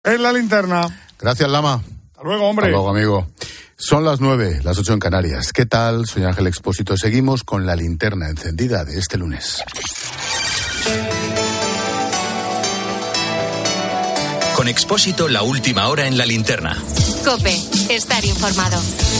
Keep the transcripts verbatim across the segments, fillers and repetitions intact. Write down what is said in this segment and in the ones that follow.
En la linterna. Gracias, Lama. Hasta luego, hombre. Hasta luego, amigo. Son las nueve, las ocho en Canarias. ¿Qué tal? Soy Ángel Expósito. Seguimos con la linterna encendida de este lunes. Con Expósito, la última hora en la linterna. COPE, estar informado.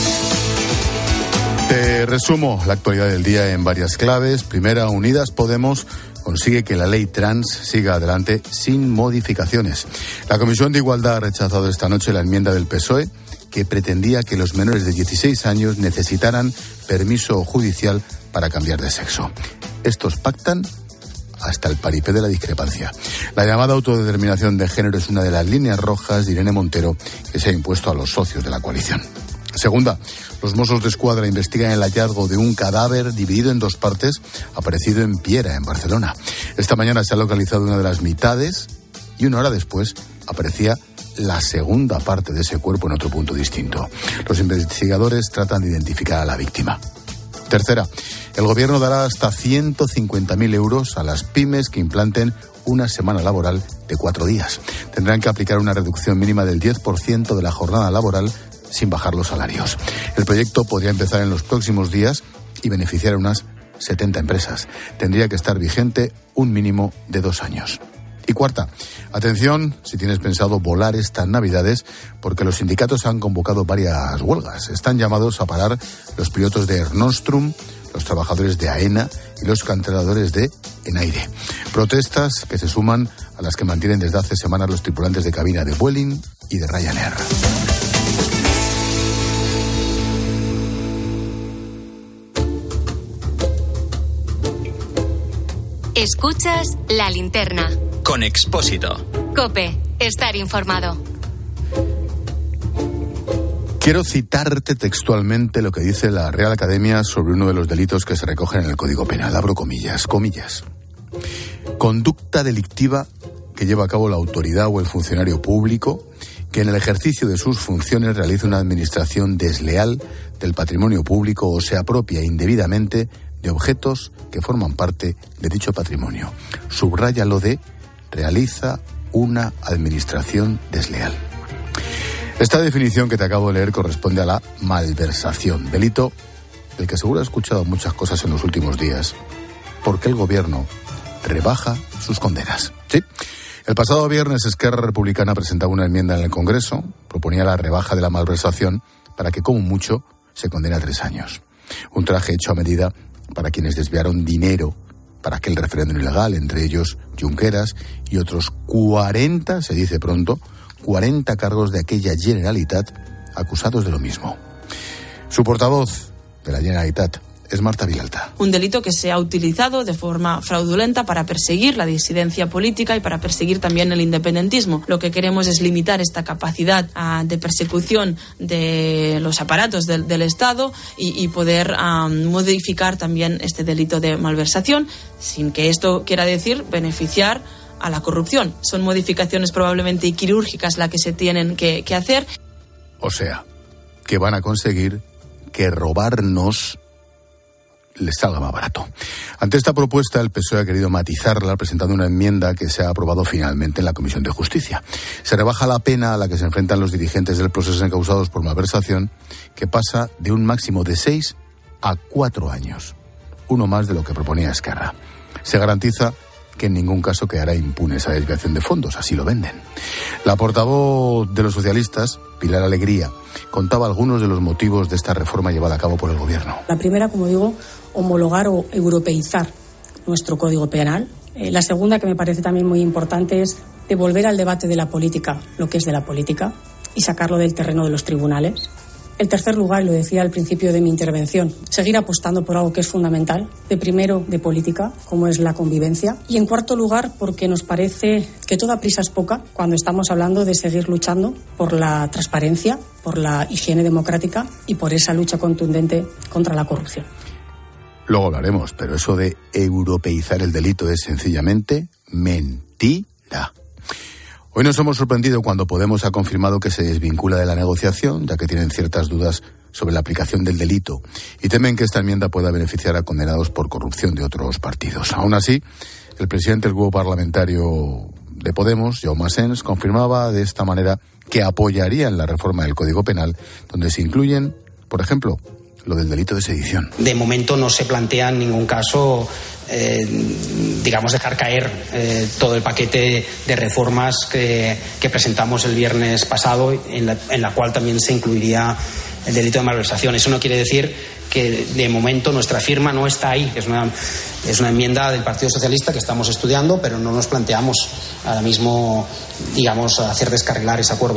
Te resumo la actualidad del día en varias claves. Primera, Unidas Podemos consigue que la ley trans siga adelante sin modificaciones. La Comisión de Igualdad ha rechazado esta noche la enmienda del P S O E que pretendía que los menores de dieciséis años necesitaran permiso judicial para cambiar de sexo. Estos pactan hasta el paripé de la discrepancia. La llamada autodeterminación de género es una de las líneas rojas de Irene Montero que se ha impuesto a los socios de la coalición. Segunda, los Mossos de Escuadra investigan el hallazgo de un cadáver dividido en dos partes aparecido en Piera, en Barcelona. Esta mañana se ha localizado una de las mitades y una hora después aparecía la segunda parte de ese cuerpo en otro punto distinto. Los investigadores tratan de identificar a la víctima. Tercera, el gobierno dará hasta ciento cincuenta mil euros a las pymes que implanten una semana laboral de cuatro días. Tendrán que aplicar una reducción mínima del diez por ciento de la jornada laboral sin bajar los salarios. El proyecto podría empezar en los próximos días y beneficiar a unas setenta empresas. Tendría que estar vigente un mínimo de dos años. Y cuarta, atención si tienes pensado volar estas Navidades, porque los sindicatos han convocado varias huelgas. Están llamados a parar los pilotos de Air Nostrum, los trabajadores de AENA y los canceladores de Enaire. Protestas que se suman a las que mantienen desde hace semanas los tripulantes de cabina de Vueling y de Ryanair. Escuchas la linterna. Con Expósito. COPE, estar informado. Quiero citarte textualmente lo que dice la Real Academia sobre uno de los delitos que se recogen en el Código Penal. Abro comillas, comillas. Conducta delictiva que lleva a cabo la autoridad o el funcionario público que en el ejercicio de sus funciones realiza una administración desleal del patrimonio público o se apropia indebidamente de objetos que forman parte de dicho patrimonio. Subraya lo de realiza una administración desleal. Esta definición que te acabo de leer corresponde a la malversación, delito del que seguro has escuchado muchas cosas en los últimos días, porque el gobierno rebaja sus condenas. ¿Sí? El pasado viernes Esquerra Republicana presentaba una enmienda en el Congreso, proponía la rebaja de la malversación para que como mucho se condene a tres años. Un traje hecho a medida para quienes desviaron dinero para aquel referéndum ilegal, entre ellos Junqueras y otros cuarenta, se dice pronto, cuarenta cargos de aquella Generalitat acusados de lo mismo. Su portavoz de la Generalitat es Marta Vilalta. Un delito que se ha utilizado de forma fraudulenta para perseguir la disidencia política y para perseguir también el independentismo. Lo que queremos es limitar esta capacidad uh, de persecución de los aparatos del, del Estado y, y poder um, modificar también este delito de malversación, sin que esto quiera decir beneficiar a la corrupción. Son modificaciones probablemente quirúrgicas las que se tienen que, que hacer. O sea, que van a conseguir que robarnos les salga más barato. Ante esta propuesta, el P S O E ha querido matizarla presentando una enmienda que se ha aprobado finalmente en la Comisión de Justicia. Se rebaja la pena a la que se enfrentan los dirigentes del proceso encausados por malversación, que pasa de un máximo de seis a cuatro años, uno más de lo que proponía Esquerra. Se garantiza que en ningún caso quedará impune esa desviación de fondos, así lo venden. La portavoz de los socialistas, Pilar Alegría, contaba algunos de los motivos de esta reforma llevada a cabo por el gobierno. La primera, como digo, homologar o europeizar nuestro Código Penal. Eh, la segunda, que me parece también muy importante, es devolver al debate de la política lo que es de la política y sacarlo del terreno de los tribunales. En tercer lugar, y lo decía al principio de mi intervención, seguir apostando por algo que es fundamental, de primero de política, como es la convivencia. Y en cuarto lugar, porque nos parece que toda prisa es poca cuando estamos hablando de seguir luchando por la transparencia, por la higiene democrática y por esa lucha contundente contra la corrupción. Luego hablaremos, pero eso de europeizar el delito es sencillamente mentira. Hoy nos hemos sorprendido cuando Podemos ha confirmado que se desvincula de la negociación, ya que tienen ciertas dudas sobre la aplicación del delito y temen que esta enmienda pueda beneficiar a condenados por corrupción de otros partidos. Aún así, el presidente del grupo parlamentario de Podemos, Jaume Asens, confirmaba de esta manera que apoyarían la reforma del Código Penal, donde se incluyen, por ejemplo, lo del delito de sedición. De momento no se plantea en ningún caso, eh, digamos, dejar caer eh, todo el paquete de reformas que, que presentamos el viernes pasado, en la, en la cual también se incluiría el delito de malversación. Eso no quiere decir que de momento nuestra firma no está ahí. Es una, es una enmienda del Partido Socialista que estamos estudiando, pero no nos planteamos ahora mismo, digamos, hacer descarrilar ese acuerdo.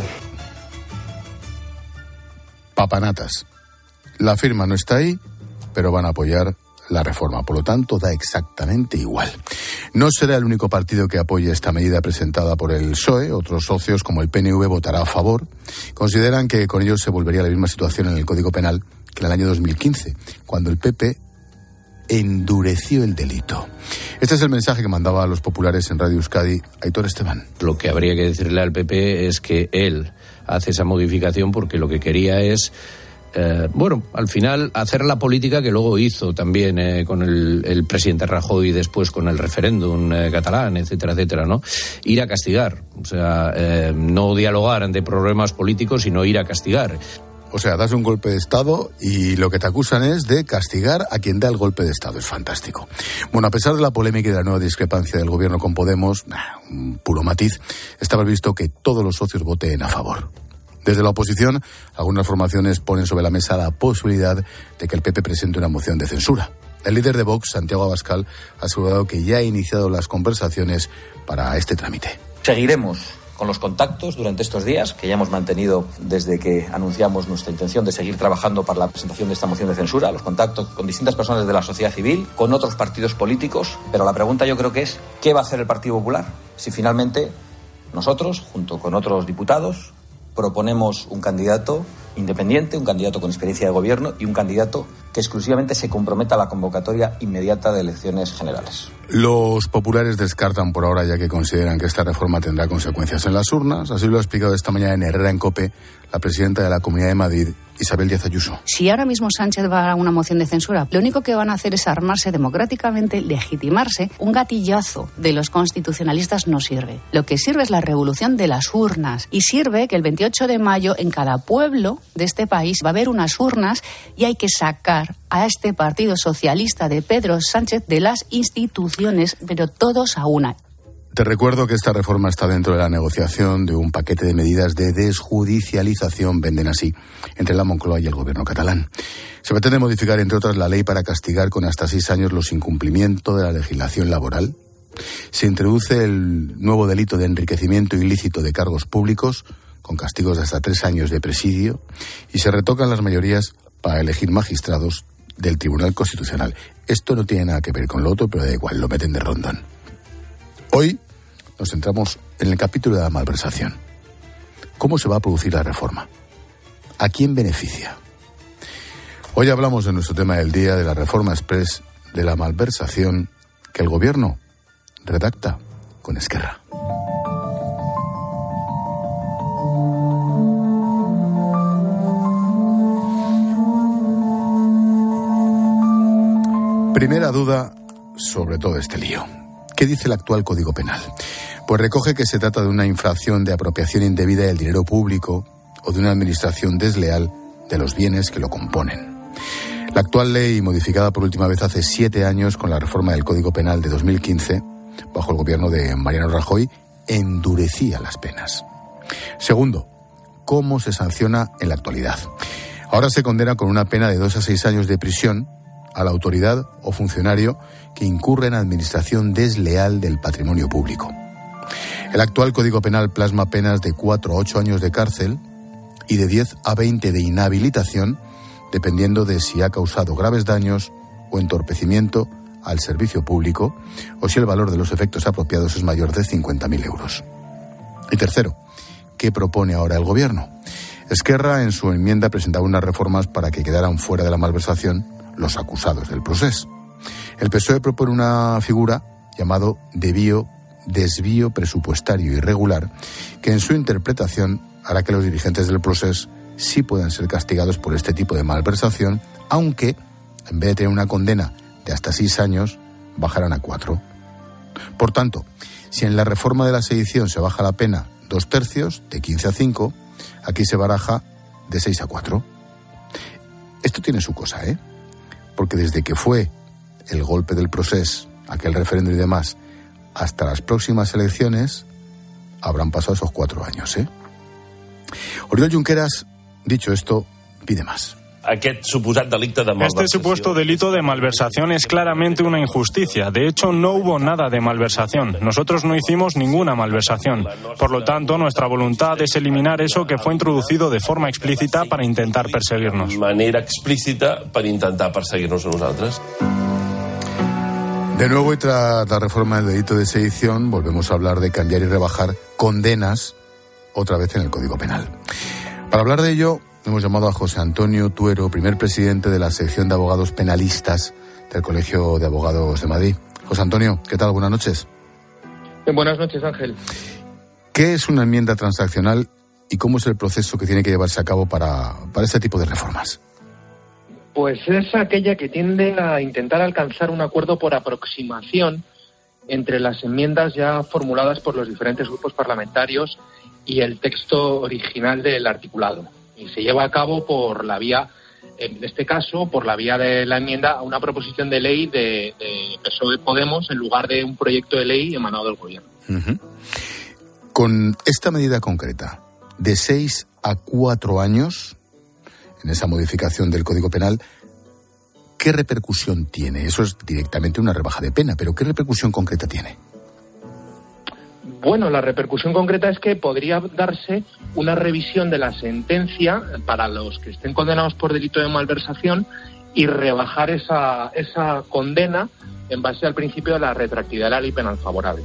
Papanatas. La firma no está ahí, pero van a apoyar la reforma. Por lo tanto, da exactamente igual. No será el único partido que apoye esta medida presentada por el P S O E. Otros socios, como el P N V, votará a favor. Consideran que con ello se volvería a la misma situación en el Código Penal que en el año dos mil quince, cuando el P P endureció el delito. Este es el mensaje que mandaba a los populares en Radio Euskadi Aitor Esteban. Lo que habría que decirle al P P es que él hace esa modificación porque lo que quería es Eh, bueno, al final hacer la política que luego hizo también eh, con el, el presidente Rajoy y después con el referéndum eh, catalán, etcétera, etcétera, ¿no? Ir a castigar, o sea, eh, no dialogar ante problemas políticos, sino ir a castigar. O sea, das un golpe de Estado y lo que te acusan es de castigar a quien da el golpe de Estado. Es fantástico. Bueno, a pesar de la polémica y de la nueva discrepancia del gobierno con Podemos, nah, un puro matiz, estaba visto que todos los socios voten a favor. Desde la oposición, algunas formaciones ponen sobre la mesa la posibilidad de que el P P presente una moción de censura. El líder de Vox, Santiago Abascal, ha asegurado que ya ha iniciado las conversaciones para este trámite. Seguiremos con los contactos durante estos días, que ya hemos mantenido desde que anunciamos nuestra intención de seguir trabajando para la presentación de esta moción de censura, los contactos con distintas personas de la sociedad civil, con otros partidos políticos, pero la pregunta yo creo que es, ¿qué va a hacer el Partido Popular? Si finalmente nosotros, junto con otros diputados, proponemos un candidato independiente, un candidato con experiencia de gobierno y un candidato que exclusivamente se comprometa a la convocatoria inmediata de elecciones generales. Los populares descartan por ahora, ya que consideran que esta reforma tendrá consecuencias en las urnas. Así lo ha explicado esta mañana en Herrera en COPE la presidenta de la Comunidad de Madrid, Isabel Díaz Ayuso. Si ahora mismo Sánchez va a una moción de censura, lo único que van a hacer es armarse democráticamente, legitimarse. Un gatillazo de los constitucionalistas no sirve. Lo que sirve es la revolución de las urnas. Y sirve que el veintiocho de mayo en cada pueblo de este país va a haber unas urnas y hay que sacar a este Partido Socialista de Pedro Sánchez de las instituciones, pero todos a una. Te recuerdo que esta reforma está dentro de la negociación de un paquete de medidas de desjudicialización, venden así, entre la Moncloa y el gobierno catalán. Se pretende modificar, entre otras, la ley para castigar con hasta seis años los incumplimientos de la legislación laboral. Se introduce el nuevo delito de enriquecimiento ilícito de cargos públicos, con castigos de hasta tres años de presidio, y se retocan las mayorías para elegir magistrados del Tribunal Constitucional. Esto no tiene nada que ver con lo otro, pero da igual, lo meten de rondón. Hoy nos centramos en el capítulo de la malversación. ¿Cómo se va a producir la reforma? ¿A quién beneficia? Hoy hablamos de nuestro tema del día, de la reforma express de la malversación que el gobierno redacta con Esquerra. Primera duda sobre todo este lío. ¿Qué dice el actual Código Penal? Pues recoge que se trata de una infracción de apropiación indebida del dinero público o de una administración desleal de los bienes que lo componen. La actual ley, modificada por última vez hace siete años con la reforma del Código Penal de dos mil quince, bajo el gobierno de Mariano Rajoy, endurecía las penas. Segundo, ¿cómo se sanciona en la actualidad? Ahora se condena con una pena de dos a seis años de prisión a la autoridad o funcionario que incurre en administración desleal del patrimonio público. El actual Código Penal plasma penas de cuatro a ocho años de cárcel y de diez a veinte de inhabilitación, dependiendo de si ha causado graves daños o entorpecimiento al servicio público o si el valor de los efectos apropiados es mayor de cincuenta mil euros. Y tercero, ¿qué propone ahora el Gobierno? Esquerra, en su enmienda, presentaba unas reformas para que quedaran fuera de la malversación los acusados del procés. El P S O E propone una figura llamado desvío, desvío presupuestario irregular, que en su interpretación hará que los dirigentes del procés sí puedan ser castigados por este tipo de malversación, aunque en vez de tener una condena de hasta seis años, bajarán a cuatro. Por tanto, Si en la reforma de la sedición se baja la pena dos tercios, de quince a cinco, aquí se baraja de seis a cuatro. Esto tiene su cosa, ¿eh? Porque desde que fue el golpe del procés, aquel referéndum y demás, hasta las próximas elecciones, habrán pasado esos cuatro años, ¿eh? Oriol Junqueras, dicho esto, pide más. Este supuesto delito de malversación es claramente una injusticia. De hecho, no hubo nada de malversación. Nosotros no hicimos ninguna malversación. Por lo tanto, nuestra voluntad es eliminar eso que fue introducido de forma explícita para intentar perseguirnos. De manera explícita para intentar perseguirnos a nosotros. De nuevo, y tras la reforma del delito de sedición, volvemos a hablar de cambiar y rebajar condenas, otra vez en el Código Penal. Para hablar de ello, hemos llamado a José Antonio Tuero, primer presidente de la sección de abogados penalistas del Colegio de Abogados de Madrid. José Antonio, ¿qué tal? Buenas noches. Buenas noches, Ángel. ¿Qué es una enmienda transaccional y cómo es el proceso que tiene que llevarse a cabo para, para este tipo de reformas? Pues es aquella que tiende a intentar alcanzar un acuerdo por aproximación entre las enmiendas ya formuladas por los diferentes grupos parlamentarios y el texto original del articulado. Y se lleva a cabo por la vía, en este caso, por la vía de la enmienda a una proposición de ley de, de P S O E Podemos en lugar de un proyecto de ley emanado del Gobierno. Uh-huh. Con esta medida concreta, de seis a cuatro años, en esa modificación del Código Penal, ¿qué repercusión tiene? Eso es directamente una rebaja de pena, pero ¿qué repercusión concreta tiene? Bueno, la repercusión concreta es que podría darse una revisión de la sentencia para los que estén condenados por delito de malversación y rebajar esa, esa condena en base al principio de la retroactividad de la ley penal favorable.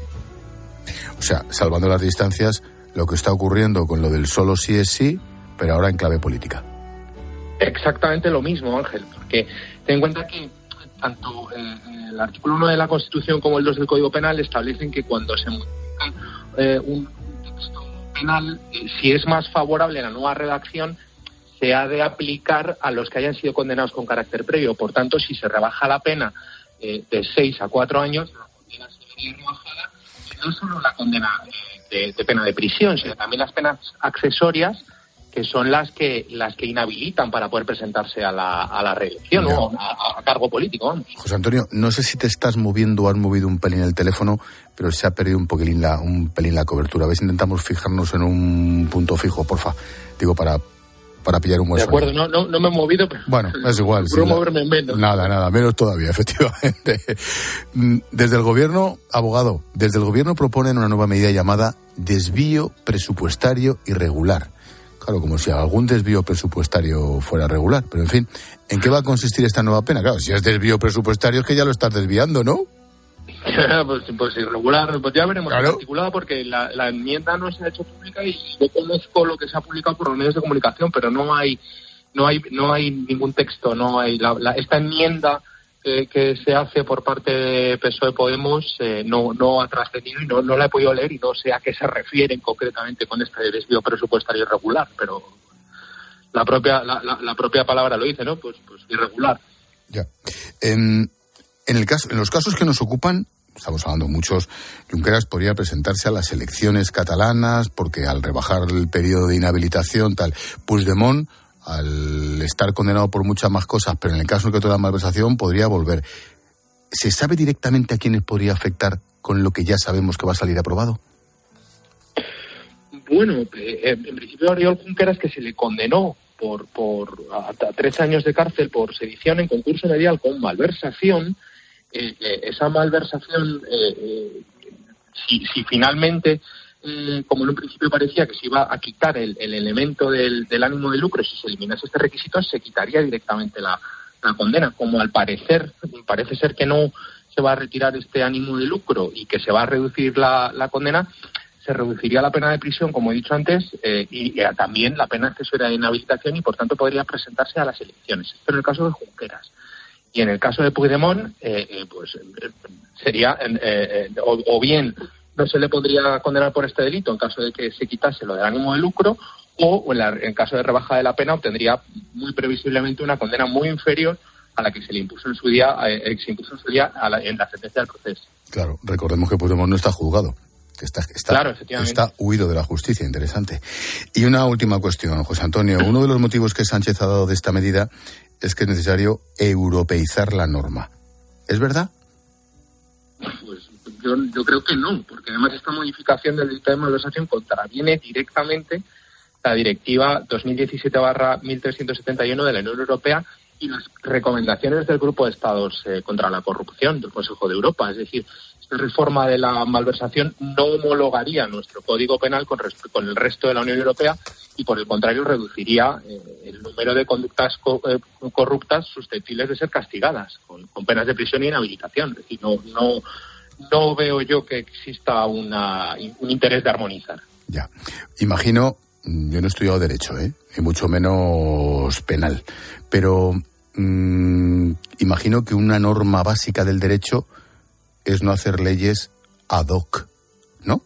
O sea, salvando las distancias, lo que está ocurriendo con lo del solo sí es sí, pero ahora en clave política. Exactamente lo mismo, Ángel, porque ten en cuenta que tanto eh, el artículo uno de la Constitución como el dos del Código Penal establecen que cuando se modifica eh, un texto penal, eh, si es más favorable la nueva redacción, se ha de aplicar a los que hayan sido condenados con carácter previo. Por tanto, si se rebaja la pena eh, de seis a cuatro años, la condena se vería rebajada, y no solo la condena eh, de, de pena de prisión, sino también las penas accesorias, que son las que las que inhabilitan para poder presentarse a la, a la reelección, no. o a, a cargo político, vamos. José Antonio, no sé si te estás moviendo o has movido un pelín el teléfono, pero se ha perdido un poquilín la, un pelín la cobertura. A ver si intentamos fijarnos en un punto fijo, porfa. Digo, para, para pillar un buen De acuerdo, no, no, no me he movido, pero... Bueno, es igual. Puedo sí, moverme menos. Nada, nada, menos todavía, efectivamente. Desde el Gobierno, abogado, desde el Gobierno proponen una nueva medida llamada desvío presupuestario irregular. Claro, como si algún desvío presupuestario fuera regular. Pero, en fin, ¿en qué va a consistir esta nueva pena? Claro, si es desvío presupuestario es que ya lo estás desviando, ¿no? pues, pues irregular, pues ya veremos. Claro. Articulada porque la, la enmienda no se ha hecho pública y yo conozco lo que se ha publicado por los medios de comunicación, pero no hay no hay no hay ningún texto, no hay la, la, esta enmienda que, que se hace por parte de P S O E Podemos eh, no no ha trascendido y no, no la he podido leer y no sé a qué se refieren concretamente con este desvío presupuestario irregular, pero la propia la, la, la propia palabra lo dice, ¿no? Pues pues irregular. Ya. En, en el caso en los casos que nos ocupan, estamos hablando muchos, Junqueras podría presentarse a las elecciones catalanas porque al rebajar el periodo de inhabilitación tal, Puigdemont, al estar condenado por muchas más cosas, pero en el caso de que toda la malversación podría volver. ¿Se sabe directamente a quiénes podría afectar con lo que ya sabemos que va a salir aprobado? Bueno, eh, en principio a Oriol Junqueras, que se le condenó por por a, a tres años de cárcel por sedición en concurso medial con malversación, eh, eh, esa malversación, eh, eh, si, si finalmente... Eh, como en un principio parecía que se iba a quitar el, el elemento del, del ánimo de lucro, si se eliminase este requisito se quitaría directamente la, la condena. Como al parecer, parece ser que no se va a retirar este ánimo de lucro y que se va a reducir la, la condena, se reduciría la pena de prisión, como he dicho antes, eh, y, y también la pena accesoria de inhabilitación y por tanto podría presentarse a las elecciones. Esto en el caso de Junqueras. Y en el caso de Puigdemont, eh, eh, pues eh, sería eh, eh, o, o bien no se le podría condenar por este delito en caso de que se quitase lo del ánimo de lucro, o en, la, en caso de rebaja de la pena obtendría muy previsiblemente una condena muy inferior a la que se le impuso en su día, eh, se impuso en su día a la, en la sentencia del proceso. Claro, recordemos que Puigdemont no está juzgado. que está, está, claro, está huido de la justicia. Interesante. Y una última cuestión, José Antonio. Uno de los motivos que Sánchez ha dado de esta medida es que es necesario europeizar la norma. ¿Es verdad? Pues yo, yo creo que no, porque además esta modificación del delito de malversación contraviene directamente la Directiva dos mil diecisiete barra mil trescientos setenta y uno de la Unión Europea y las recomendaciones del Grupo de Estados eh, contra la Corrupción del Consejo de Europa. Es decir, esta reforma de la malversación no homologaría nuestro Código Penal con, con el resto de la Unión Europea y, por el contrario, reduciría eh, el número de conductas co eh, corruptas susceptibles de ser castigadas con, con penas de prisión y inhabilitación. Es decir, no, no, no veo yo que exista una, un interés de armonizar. Ya. Imagino, yo no he estudiado Derecho, ¿eh? y mucho menos penal, pero mmm, imagino que una norma básica del derecho es no hacer leyes ad hoc, ¿no?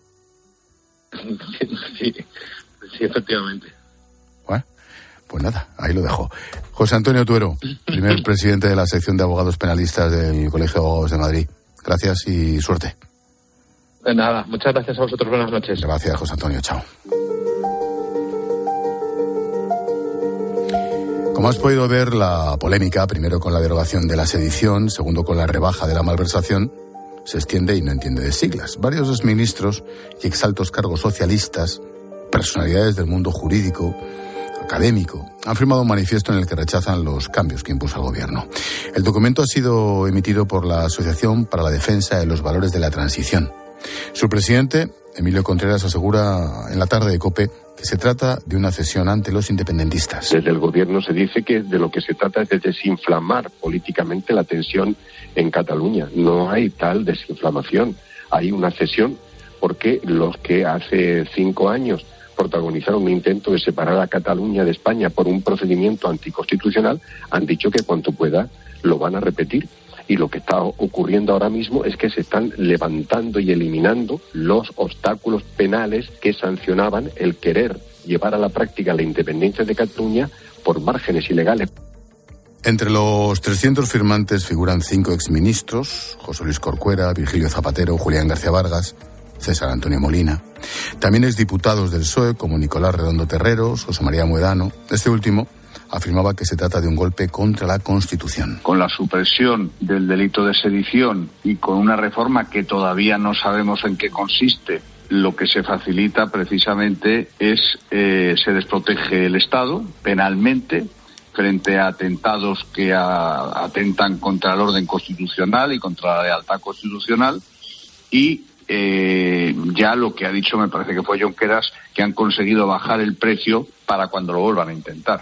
Sí, sí, efectivamente. Bueno, pues nada, ahí lo dejo. José Antonio Tuero, primer presidente de la sección de abogados penalistas del Colegio de Abogados de Madrid. Gracias y suerte. De nada, muchas gracias a vosotros. Buenas noches. Gracias, José Antonio. Chao. Como has podido ver, la polémica, primero con la derogación de la sedición, segundo con la rebaja de la malversación, se extiende y no entiende de siglas. Varios exministros y exaltos cargos socialistas, personalidades del mundo jurídico, académico, han firmado un manifiesto en el que rechazan los cambios que impuso el gobierno. El documento ha sido emitido por la Asociación para la Defensa de los Valores de la Transición. Su presidente, Emilio Contreras, asegura en la tarde de COPE que se trata de una cesión ante los independentistas. Desde el gobierno se dice que de lo que se trata es de desinflamar políticamente la tensión en Cataluña. No hay tal desinflamación, hay una cesión, porque los que hace cinco años protagonizaron un intento de separar a Cataluña de España por un procedimiento anticonstitucional han dicho que cuanto pueda lo van a repetir. Y lo que está ocurriendo ahora mismo es que se están levantando y eliminando los obstáculos penales que sancionaban el querer llevar a la práctica la independencia de Cataluña por márgenes ilegales. Entre los trescientos firmantes figuran cinco exministros: José Luis Corcuera, Virgilio Zapatero, Julián García Vargas, César Antonio Molina. También exdiputados del P S O E como Nicolás Redondo Terreros, José María Muedano. Este último afirmaba que se trata de un golpe contra la Constitución. Con la supresión del delito de sedición y con una reforma que todavía no sabemos en qué consiste, lo que se facilita precisamente es, eh, se desprotege el Estado penalmente frente a atentados que a, atentan contra el orden constitucional y contra la lealtad constitucional y eh, ya lo que ha dicho, me parece que fue Junqueras, que han conseguido bajar el precio para cuando lo vuelvan a intentar.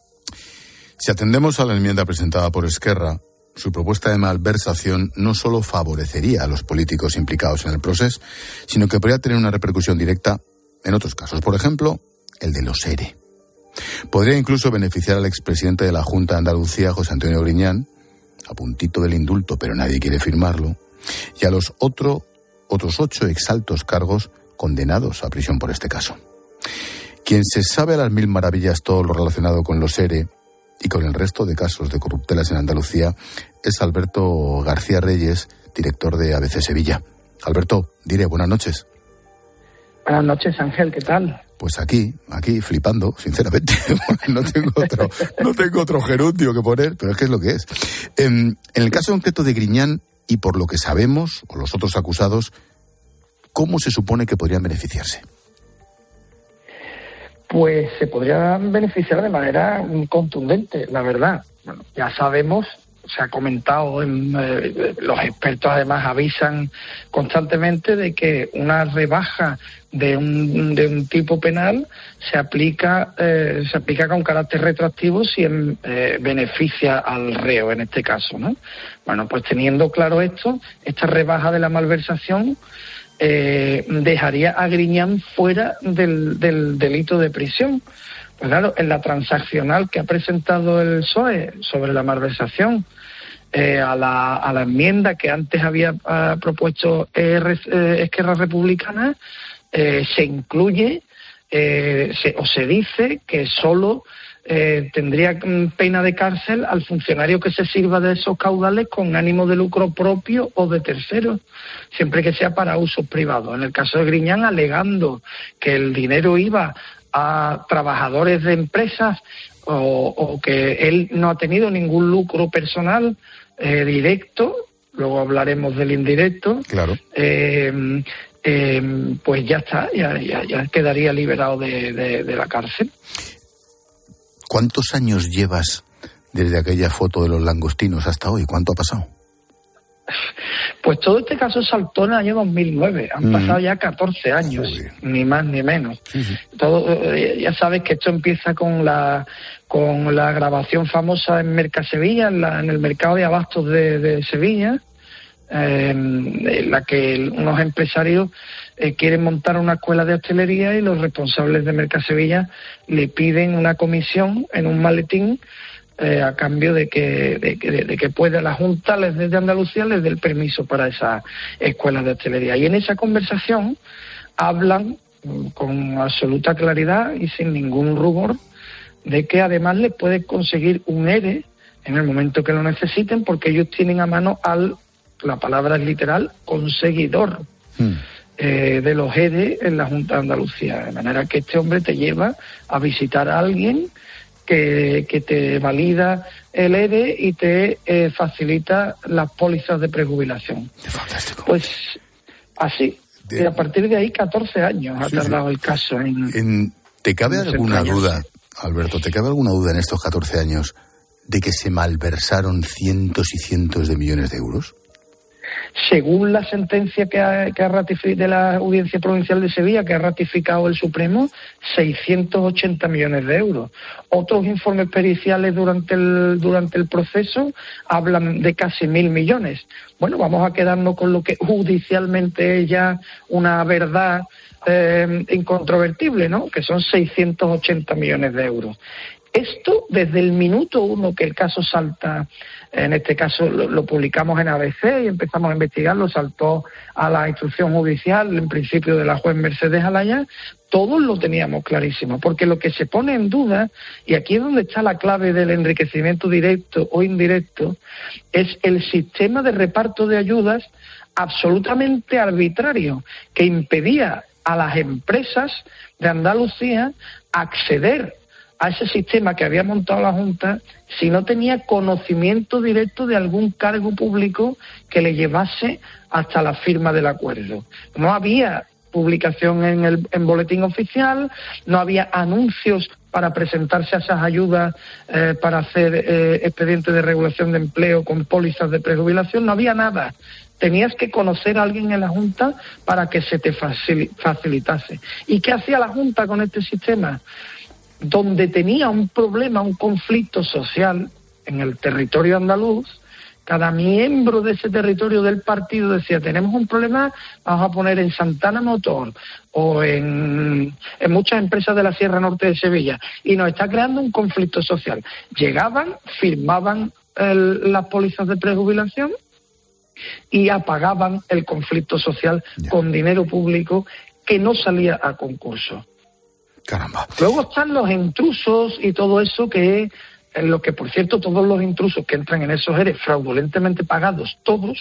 Si atendemos a la enmienda presentada por Esquerra, su propuesta de malversación no solo favorecería a los políticos implicados en el proceso, sino que podría tener una repercusión directa en otros casos. Por ejemplo, el de los ERE. Podría incluso beneficiar al expresidente de la Junta de Andalucía, José Antonio Griñán, a puntito del indulto, pero nadie quiere firmarlo, y a los otro, otros ocho exaltos cargos condenados a prisión por este caso. Quien se sabe a las mil maravillas todo lo relacionado con los ERE y con el resto de casos de corruptelas en Andalucía es Alberto García Reyes, director de A B C Sevilla. Alberto, diré, buenas noches. Buenas noches, Ángel, ¿qué tal? Pues aquí, aquí flipando, sinceramente. no tengo otro, no tengo otro gerundio que poner, pero es que es lo que es. En, en el caso concreto de Griñán, y por lo que sabemos, o los otros acusados, ¿cómo se supone que podrían beneficiarse? Pues se podrían beneficiar de manera contundente, la verdad. Bueno, ya sabemos, se ha comentado, en, eh, los expertos además avisan constantemente de que una rebaja de un, de un tipo penal se aplica eh, se aplica con carácter retroactivo si eh, beneficia al reo en este caso, ¿no? Bueno, pues teniendo claro esto, esta rebaja de la malversación Eh, dejaría a Griñán fuera del, del delito de prisión. Pues claro, en la transaccional que ha presentado el P S O E sobre la malversación, eh, a, la, a la enmienda que antes había uh, propuesto eh, Esquerra Republicana, eh, se incluye eh, se, o se dice que solo eh, tendría pena de cárcel al funcionario que se sirva de esos caudales con ánimo de lucro propio o de terceros, siempre que sea para usos privados. En el caso de Griñán, alegando que el dinero iba a trabajadores de empresas o, o que él no ha tenido ningún lucro personal eh, directo, luego hablaremos del indirecto, claro. eh, eh, pues ya está, ya, ya, ya quedaría liberado de, de, de la cárcel. ¿Cuántos años llevas desde aquella foto de los langostinos hasta hoy? ¿Cuánto ha pasado? Pues todo este caso saltó en el año dos mil nueve. Han mm. pasado ya catorce años, Joder. ni más ni menos. Sí, sí. Todo, ya sabes que esto empieza con la con la grabación famosa en Mercasevilla, en, la, en el mercado de abastos de, de Sevilla, eh, en la que unos empresarios eh, quieren montar una escuela de hostelería y los responsables de Mercasevilla le piden una comisión en un maletín Eh, a cambio de que, de, de, de que pueda la Junta de Andalucía les dé el permiso para esa escuela de hostelería. Y en esa conversación hablan con absoluta claridad y sin ningún rubor de que además les puede conseguir un E R E en el momento que lo necesiten, porque ellos tienen a mano al, la palabra es literal, conseguidor hmm. eh, de los E R E en la Junta de Andalucía. De manera que este hombre te lleva a visitar a alguien Que, que te valida el E R E y te eh, facilita las pólizas de prejubilación. Fantástico. Pues así, de... y a partir de ahí catorce años sí, ha tardado sí. el caso en... en ¿Te cabe en alguna duda, Alberto, te cabe alguna duda en estos catorce años de que se malversaron cientos y cientos de millones de euros? Según la sentencia que ha, que ha ratificado de la Audiencia Provincial de Sevilla, que ha ratificado el Supremo, seiscientos ochenta millones de euros. Otros informes periciales durante el durante el proceso hablan de casi mil millones. Bueno, vamos a quedarnos con lo que judicialmente es ya una verdad eh, incontrovertible, ¿no? Que son seiscientos ochenta millones de euros. Esto, desde el minuto uno que el caso salta, en este caso lo, lo publicamos en A B C y empezamos a investigarlo, saltó a la instrucción judicial, en principio de la juez Mercedes Alaya, todos lo teníamos clarísimo, porque lo que se pone en duda, y aquí es donde está la clave del enriquecimiento directo o indirecto, es el sistema de reparto de ayudas absolutamente arbitrario, que impedía a las empresas de Andalucía acceder a ese sistema que había montado la Junta si no tenía conocimiento directo de algún cargo público que le llevase hasta la firma del acuerdo. No había publicación en el en boletín oficial, no había anuncios para presentarse a esas ayudas eh, para hacer eh, expedientes de regulación de empleo con pólizas de prejubilación, no había nada. Tenías que conocer a alguien en la Junta para que se te facilitase. ¿Y qué hacía la Junta con este sistema? Donde tenía un problema, un conflicto social en el territorio andaluz, cada miembro de ese territorio del partido decía, tenemos un problema, vamos a poner en Santana Motor o en, en muchas empresas de la Sierra Norte de Sevilla, y nos está creando un conflicto social. Llegaban, firmaban el, las pólizas de prejubilación y apagaban el conflicto social yeah. con dinero público que no salía a concurso. Caramba. Luego están los intrusos y todo eso, que es en lo que, por cierto, todos los intrusos que entran en esos E R E fraudulentemente pagados, todos,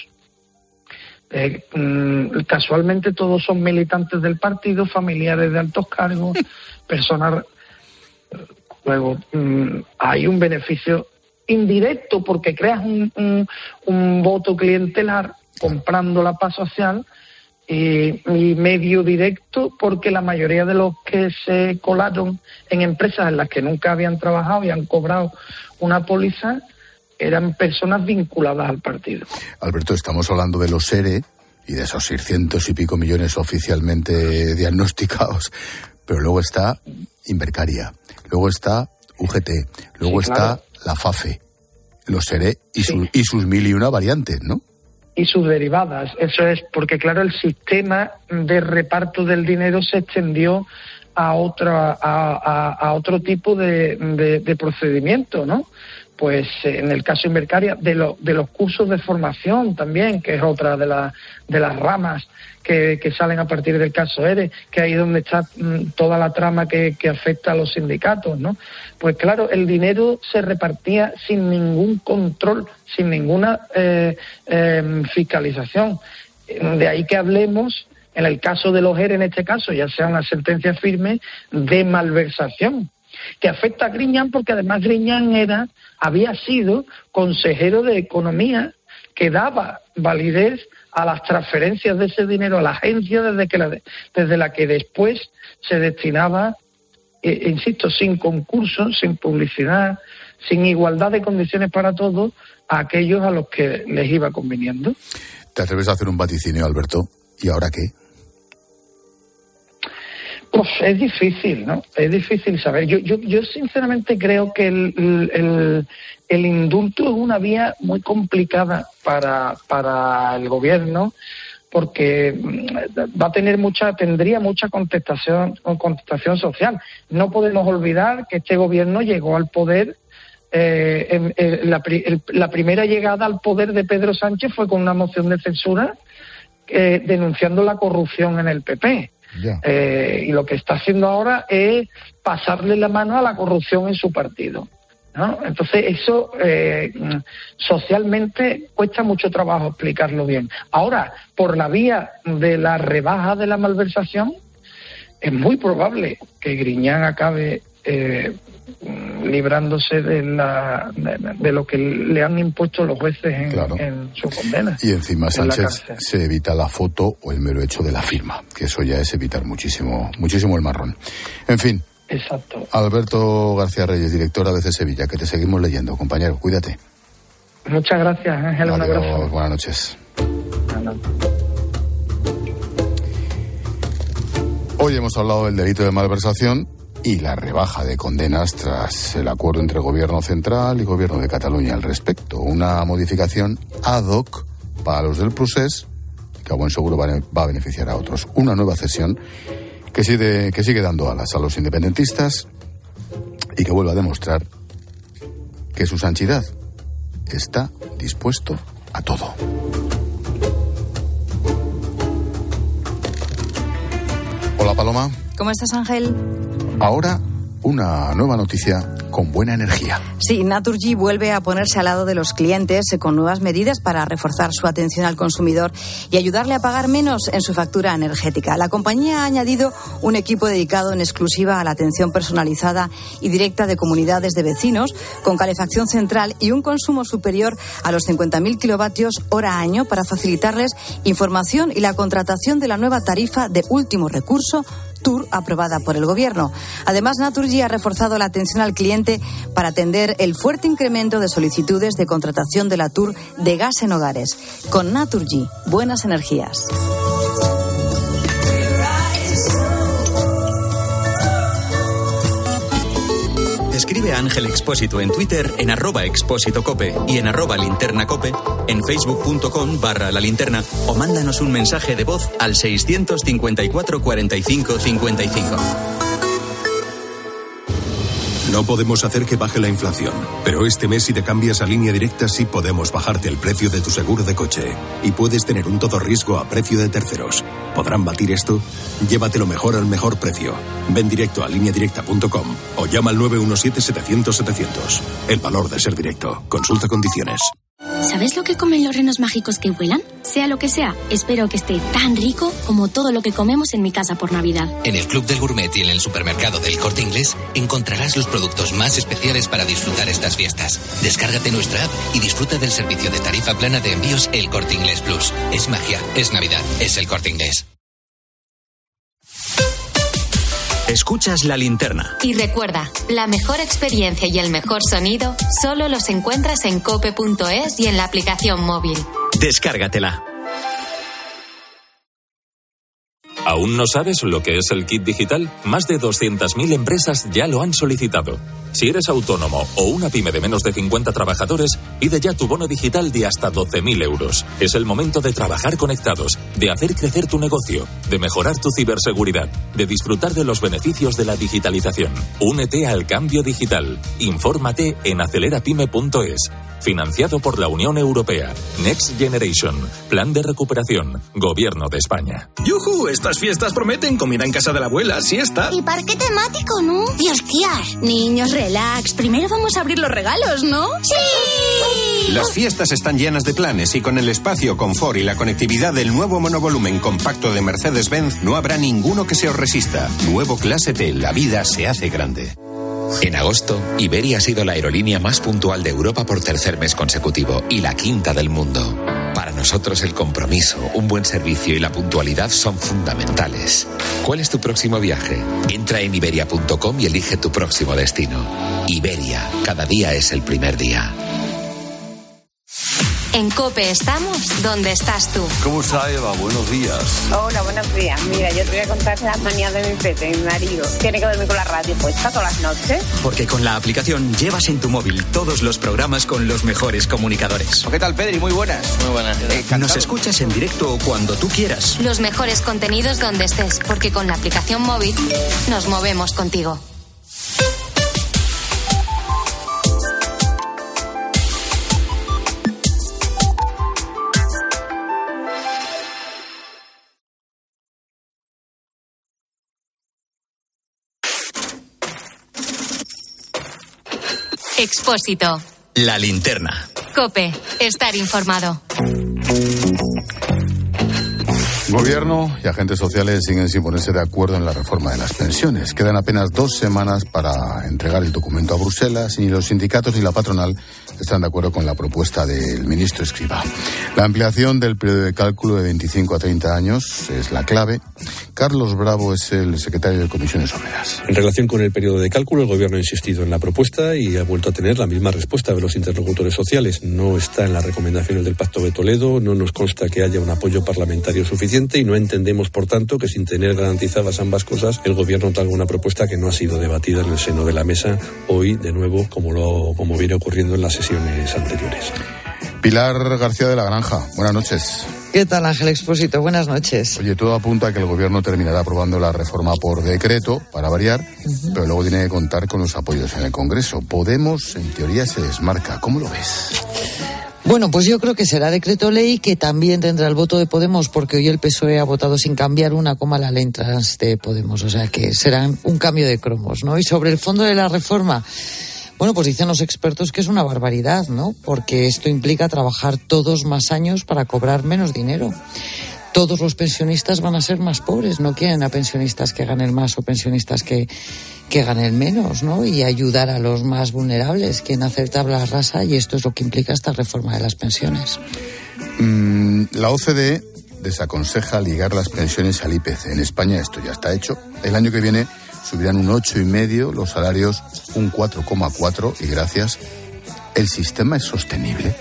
eh, mm, casualmente todos son militantes del partido, familiares de altos cargos, personas. Luego mm, hay un beneficio indirecto porque creas un, un, un voto clientelar comprando la paz social. Y, y medio directo porque la mayoría de los que se colaron en empresas en las que nunca habían trabajado y han cobrado una póliza eran personas vinculadas al partido. Alberto, estamos hablando de los E R E y de esos seiscientos y pico millones oficialmente diagnosticados, pero luego está Invercaria, luego está U G T, luego sí, claro. está la FAFE, los E R E y, sí. su, y sus mil y una variantes, ¿no? Y sus derivadas, eso es, porque claro, el sistema de reparto del dinero se extendió a otra a, a, a otro tipo de, de, de procedimiento, ¿no? pues en el caso Invercaria, de, lo, de los cursos de formación también, que es otra de, la, de las ramas que, que salen a partir del caso ERE, que ahí es donde está mm, toda la trama que, que afecta a los sindicatos, ¿no? Pues claro, el dinero se repartía sin ningún control, sin ninguna eh, eh, fiscalización. De ahí que hablemos, en el caso de los ERE, en este caso, ya sea una sentencia firme, de malversación, que afecta a Griñán, porque además Griñán era, había sido consejero de Economía, que daba validez a las transferencias de ese dinero a la agencia desde que la, desde la que después se destinaba, eh, insisto, sin concurso, sin publicidad, sin igualdad de condiciones para todos, a aquellos a los que les iba conviniendo. ¿Te atreves a hacer un vaticinio, Alberto? ¿Y ahora qué? Pues es difícil, ¿no? Es difícil saber. Yo yo, yo sinceramente creo que el, el, el indulto es una vía muy complicada para, para el gobierno, porque va a tener mucha, tendría mucha contestación, contestación social. No podemos olvidar que este gobierno llegó al poder, eh, en, en la, el, la primera llegada al poder de Pedro Sánchez fue con una moción de censura eh, denunciando la corrupción en el P P. Yeah. Eh, y lo que está haciendo ahora es pasarle la mano a la corrupción en su partido, ¿no? Entonces eso eh, socialmente cuesta mucho trabajo explicarlo bien. Ahora, por la vía de la rebaja de la malversación, es muy probable que Griñán acabe eh, librándose de, la, de, de lo que le han impuesto los jueces en, claro. en su condena. Y encima Sánchez se evita la foto o el mero hecho de la firma, que eso ya es evitar muchísimo, muchísimo el marrón. En fin. Exacto. Alberto García Reyes, director A B C Sevilla, que te seguimos leyendo, compañero, cuídate. Muchas gracias, Ángel, un abrazo. Buenas noches. Buenas noches. Hoy hemos hablado del delito de malversación y la rebaja de condenas tras el acuerdo entre Gobierno Central y Gobierno de Cataluña al respecto. Una modificación ad hoc para los del Procés, que a buen seguro va a beneficiar a otros. Una nueva cesión que sigue, que sigue dando alas a los independentistas y que vuelve a demostrar que su santidad está dispuesto a todo. Hola, Paloma. ¿Cómo estás, Ángel? Ahora, una nueva noticia con buena energía. Sí, Naturgy vuelve a ponerse al lado de los clientes con nuevas medidas para reforzar su atención al consumidor y ayudarle a pagar menos en su factura energética. La compañía ha añadido un equipo dedicado en exclusiva a la atención personalizada y directa de comunidades de vecinos con calefacción central y un consumo superior a los cincuenta mil kilovatios hora año para facilitarles información y la contratación de la nueva tarifa de último recurso Tour aprobada por el Gobierno. Además, Naturgy ha reforzado la atención al cliente para atender el fuerte incremento de solicitudes de contratación de la Tour de gas en hogares. Con Naturgy, buenas energías. Escribe a Ángel Expósito en Twitter en arroba expósito cope y en arroba linterna cope, en facebook.com barra la linterna o mándanos un mensaje de voz al seiscientos cincuenta y cuatro cuarenta y cinco cincuenta y cinco. No podemos hacer que baje la inflación, pero este mes si te cambias a Línea Directa sí podemos bajarte el precio de tu seguro de coche y puedes tener un todo riesgo a precio de terceros. ¿Podrán batir esto? Llévatelo mejor al mejor precio. Ven directo a línea directa punto com o llama al nueve uno siete setecientos setecientos. El valor de ser directo. Consulta condiciones. ¿Sabes lo que comen los renos mágicos que vuelan? Sea lo que sea, espero que esté tan rico como todo lo que comemos en mi casa por Navidad. En el Club del Gourmet y en el supermercado del Corte Inglés encontrarás los productos más especiales para disfrutar estas fiestas. Descárgate nuestra app y disfruta del servicio de tarifa plana de envíos El Corte Inglés Plus. Es magia, es Navidad, es El Corte Inglés. Escuchas La Linterna. Y recuerda, la mejor experiencia y el mejor sonido solo los encuentras en cope punto es y en la aplicación móvil. Descárgatela. ¿Aún no sabes lo que es el kit digital? Más de doscientas mil empresas ya lo han solicitado. Si eres autónomo o una pyme de menos de cincuenta trabajadores, pide ya tu bono digital de hasta doce mil euros. Es el momento de trabajar conectados, de hacer crecer tu negocio, de mejorar tu ciberseguridad, de disfrutar de los beneficios de la digitalización. Únete al cambio digital. Infórmate en acelerapyme punto es. Financiado por la Unión Europea. Next Generation. Plan de recuperación. Gobierno de España. ¡Yujú! Estas fiestas prometen comida en casa de la abuela, siesta. Y parque temático, ¿no? Y esquiar. Niños, relax. Primero vamos a abrir los regalos, ¿no? ¡Sí! Las fiestas están llenas de planes y con el espacio, confort y la conectividad del nuevo monovolumen compacto de Mercedes-Benz no habrá ninguno que se os resista. Nuevo Clase T. La vida se hace grande. En agosto, Iberia ha sido la aerolínea más puntual de Europa por tercer mes consecutivo y la quinta del mundo. Para nosotros el compromiso, un buen servicio y la puntualidad son fundamentales. ¿Cuál es tu próximo viaje? Entra en iberia punto com y elige tu próximo destino. Iberia, cada día es el primer día. En COPE estamos donde estás tú. ¿Cómo está, Eva? Buenos días. Hola, buenos días. Mira, yo te voy a contar las manías de mi pete, mi marido. Tiene que dormir con la radio puesta todas las noches. Porque con la aplicación llevas en tu móvil todos los programas con los mejores comunicadores. ¿Qué tal, Pedri? Muy buenas. Muy buenas. Eh, Nos escuchas en directo o cuando tú quieras. Los mejores contenidos donde estés, porque con la aplicación móvil nos movemos contigo. Expósito. La linterna. COPE. Estar informado. Gobierno y agentes sociales siguen sin ponerse de acuerdo en la reforma de las pensiones. Quedan apenas dos semanas para entregar el documento a Bruselas y ni los sindicatos ni la patronal están de acuerdo con la propuesta del ministro Escrivá. La ampliación del periodo de cálculo de veinticinco a treinta años es la clave. Carlos Bravo es el secretario de Comisiones Obreras. En relación con el periodo de cálculo, el Gobierno ha insistido en la propuesta y ha vuelto a tener la misma respuesta de los interlocutores sociales. No está en las recomendaciones del Pacto de Toledo, no nos consta que haya un apoyo parlamentario suficiente y no entendemos, por tanto, que sin tener garantizadas ambas cosas, el Gobierno traiga una propuesta que no ha sido debatida en el seno de la mesa hoy, de nuevo, como, lo, como viene ocurriendo en las sesiones anteriores. Pilar García de la Granja, buenas noches. ¿Qué tal, Ángel Expósito? Buenas noches. Oye, todo apunta a que el Gobierno terminará aprobando la reforma por decreto, para variar, uh-huh. pero luego tiene que contar con los apoyos en el Congreso. Podemos, en teoría, se desmarca. ¿Cómo lo ves? Bueno, pues yo creo que será decreto ley que también tendrá el voto de Podemos, porque hoy el P S O E ha votado sin cambiar una coma la ley trans de Podemos, o sea que será un cambio de cromos, ¿no? Y sobre el fondo de la reforma, bueno, pues dicen los expertos que es una barbaridad, ¿no? Porque esto implica trabajar todos más años para cobrar menos dinero. Todos los pensionistas van a ser más pobres, no quieren a pensionistas que ganen más o pensionistas que, que ganen menos, ¿no? Y ayudar a los más vulnerables, quieren hacer tabla rasa, y esto es lo que implica esta reforma de las pensiones. Mm, la O C D E desaconseja ligar las pensiones al I P C. En España esto ya está hecho. El año que viene subirán un ocho coma cinco, los salarios un cuatro coma cuatro y gracias. ¿El sistema es sostenible?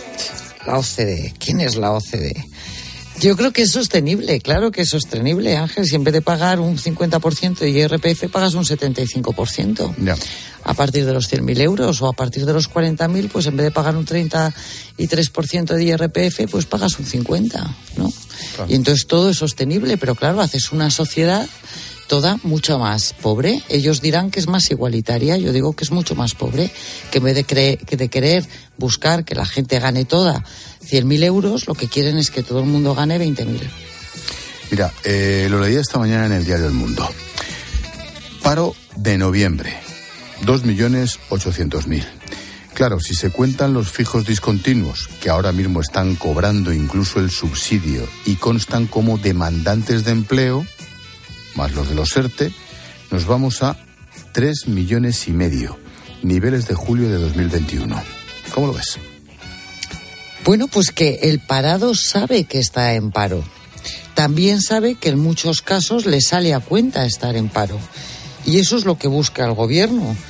La O C D E. ¿Quién es la O C D E? Yo creo que es sostenible, claro que es sostenible, Ángel. Si en vez de pagar un cincuenta por ciento de I R P F pagas un setenta y cinco por ciento. Ya. A partir de los cien mil euros o a partir de los cuarenta mil, pues en vez de pagar un treinta y tres por ciento de I R P F, pues pagas un cincuenta por ciento, ¿no? Claro. Y entonces todo es sostenible, pero claro, haces una sociedad toda mucho más pobre. Ellos dirán que es más igualitaria, yo digo que es mucho más pobre, que en vez de, cre- que de querer buscar que la gente gane toda cien mil euros, lo que quieren es que todo el mundo gane veinte mil. Mira, eh, lo leí esta mañana en el diario El Mundo. Paro de noviembre, dos millones ochocientos mil. Claro, si se cuentan los fijos discontinuos, que ahora mismo están cobrando incluso el subsidio y constan como demandantes de empleo, más los de los ERTE, nos vamos a tres millones y medio, niveles de julio de dos mil veintiuno. ¿Cómo lo ves? Bueno, pues que el parado sabe que está en paro. También sabe que en muchos casos le sale a cuenta estar en paro. Y eso es lo que busca el gobierno.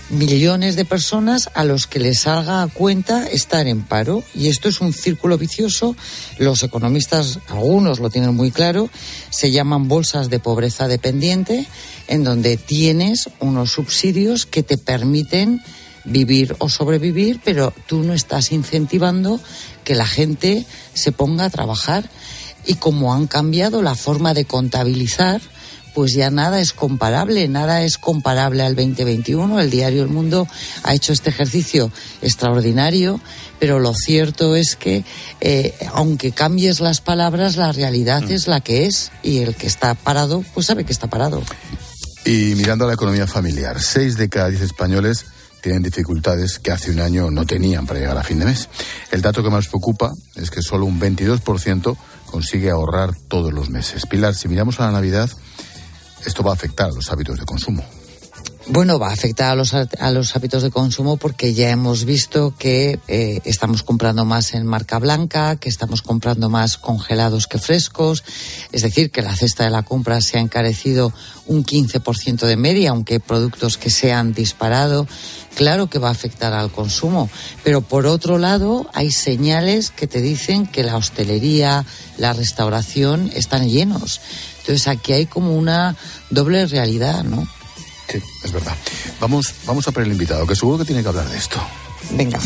millones de personas a los que les salga a cuenta estar en paro. Y esto es un círculo vicioso. Los economistas, algunos lo tienen muy claro, se llaman bolsas de pobreza dependiente, en donde tienes unos subsidios que te permiten vivir o sobrevivir, pero tú no estás incentivando que la gente se ponga a trabajar. Y como han cambiado la forma de contabilizar, pues ya nada es comparable, nada es comparable al veinte veintiuno. El diario El Mundo ha hecho este ejercicio extraordinario, pero lo cierto es que, eh, aunque cambies las palabras, la realidad mm. es la que es, y el que está parado, pues sabe que está parado. Y mirando a la economía familiar, seis de cada diez españoles tienen dificultades que hace un año no tenían para llegar a fin de mes. El dato que más preocupa es que solo un veintidós por ciento consigue ahorrar todos los meses. Pilar, si miramos a la Navidad, esto va a afectar a los hábitos de consumo. Bueno, va a afectar a los, a los hábitos de consumo porque ya hemos visto que eh, estamos comprando más en marca blanca, que estamos comprando más congelados que frescos. Es decir, que la cesta de la compra se ha encarecido un quince por ciento de media, aunque hay productos que se han disparado. Claro que va a afectar al consumo, pero por otro lado hay señales que te dicen que la hostelería, la restauración están llenos. Entonces aquí hay como una doble realidad, ¿no? Sí, es verdad. Vamos, vamos a por el invitado, que seguro que tiene que hablar de esto. Venga.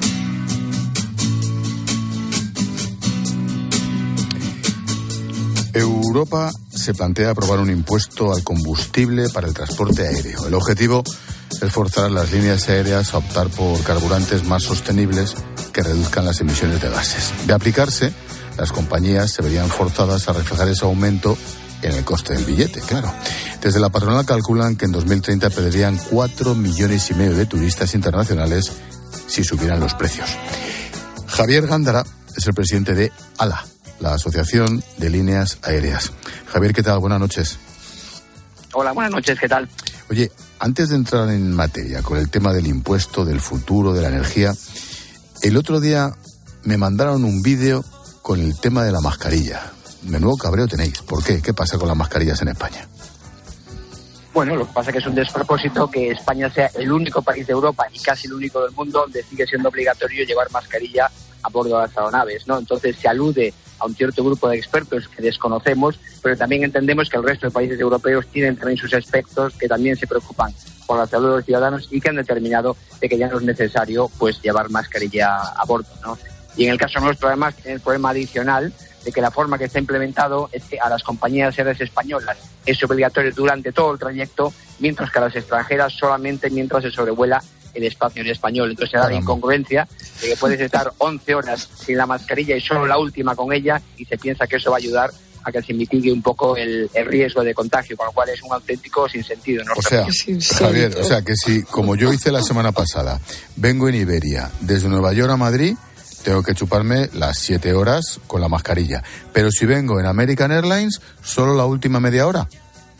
Europa se plantea aprobar un impuesto al combustible para el transporte aéreo. El objetivo es forzar a las líneas aéreas a optar por carburantes más sostenibles que reduzcan las emisiones de gases. De aplicarse, las compañías se verían forzadas a reflejar ese aumento en el coste del billete, claro. Desde la patronal calculan que en dos mil treinta perderían cuatro millones y medio de turistas internacionales si subieran los precios. Javier Gándara es el presidente de ALA, la Asociación de Líneas Aéreas. Javier, ¿qué tal? Buenas noches. Hola, buenas noches, ¿qué tal? Oye, antes de entrar en materia con el tema del impuesto, del futuro, de la energía, el otro día me mandaron un vídeo con el tema de la mascarilla. Menudo cabreo tenéis. ¿Por qué? ¿Qué pasa con las mascarillas en España? Bueno, lo que pasa es que es un despropósito que España sea el único país de Europa y casi el único del mundo donde sigue siendo obligatorio llevar mascarilla a bordo de las aeronaves, ¿no? Entonces se alude a un cierto grupo de expertos que desconocemos, pero también entendemos que el resto de países europeos tienen también sus aspectos que también se preocupan por la salud de los ciudadanos y que han determinado de que ya no es necesario pues llevar mascarilla a bordo, ¿no? Y en el caso nuestro, además, tiene el problema adicional de que la forma que está implementado es que a las compañías aéreas españolas es obligatorio durante todo el trayecto, mientras que a las extranjeras solamente mientras se sobrevuela el espacio en español. Entonces se da la incongruencia de que puedes estar once horas sin la mascarilla y solo la última con ella, y se piensa que eso va a ayudar a que se mitigue un poco el, el riesgo de contagio, con lo cual es un auténtico sinsentido. ¿No? O sea, Javier, o sea que si, como yo hice la semana pasada, vengo en Iberia desde Nueva York a Madrid, tengo que chuparme las siete horas con la mascarilla. Pero si vengo en American Airlines, solo la última media hora.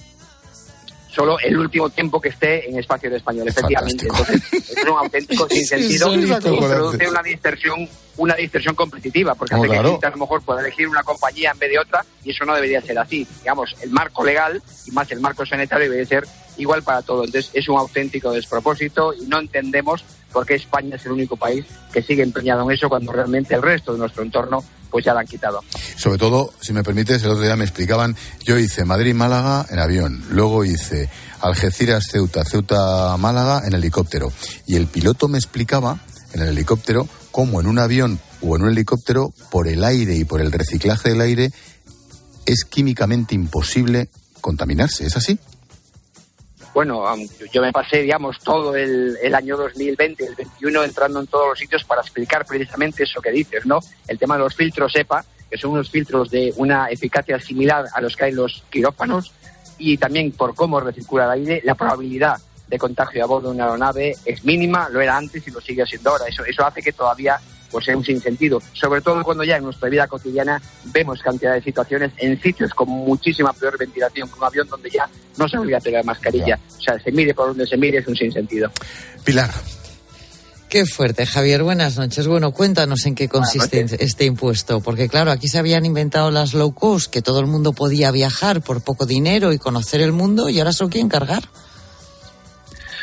Solo el último tiempo que esté en espacio de español, efectivamente. Entonces, es un auténtico sinsentido y produce una distorsión, una distorsión competitiva, porque hace claro. que gente a lo mejor pueda elegir una compañía en vez de otra, y eso no debería ser así. Digamos, el marco legal y más el marco sanitario debe ser igual para todo. Entonces, es un auténtico despropósito y no entendemos por qué España es el único país que sigue empeñado en eso cuando realmente el resto de nuestro entorno pues ya lo han quitado. Sobre todo, si me permites, el otro día me explicaban, yo hice Madrid-Málaga en avión, luego hice Algeciras-Ceuta, Ceuta-Málaga en helicóptero, y el piloto me explicaba en el helicóptero cómo en un avión o en un helicóptero, por el aire y por el reciclaje del aire, es químicamente imposible contaminarse, ¿es así? Bueno, yo me pasé, digamos, todo el, el año dos mil veinte, el veintiuno, entrando en todos los sitios para explicar precisamente eso que dices, ¿no? El tema de los filtros EPA, que son unos filtros de una eficacia similar a los que hay en los quirófanos, y también por cómo recircula el aire, la probabilidad de contagio a bordo de una aeronave es mínima, lo era antes y lo sigue siendo ahora. Eso, eso hace que todavía pues sea un sinsentido, sobre todo cuando ya en nuestra vida cotidiana vemos cantidad de situaciones en sitios con muchísima peor ventilación que un avión donde ya no se obliga a tener mascarilla. Ya. O sea, se mire por donde se mire, es un sinsentido. Pilar. Qué fuerte, Javier. Buenas noches. Bueno, cuéntanos en qué consiste este impuesto, porque claro, aquí se habían inventado las low cost, que todo el mundo podía viajar por poco dinero y conocer el mundo, y ahora se lo quieren cargar.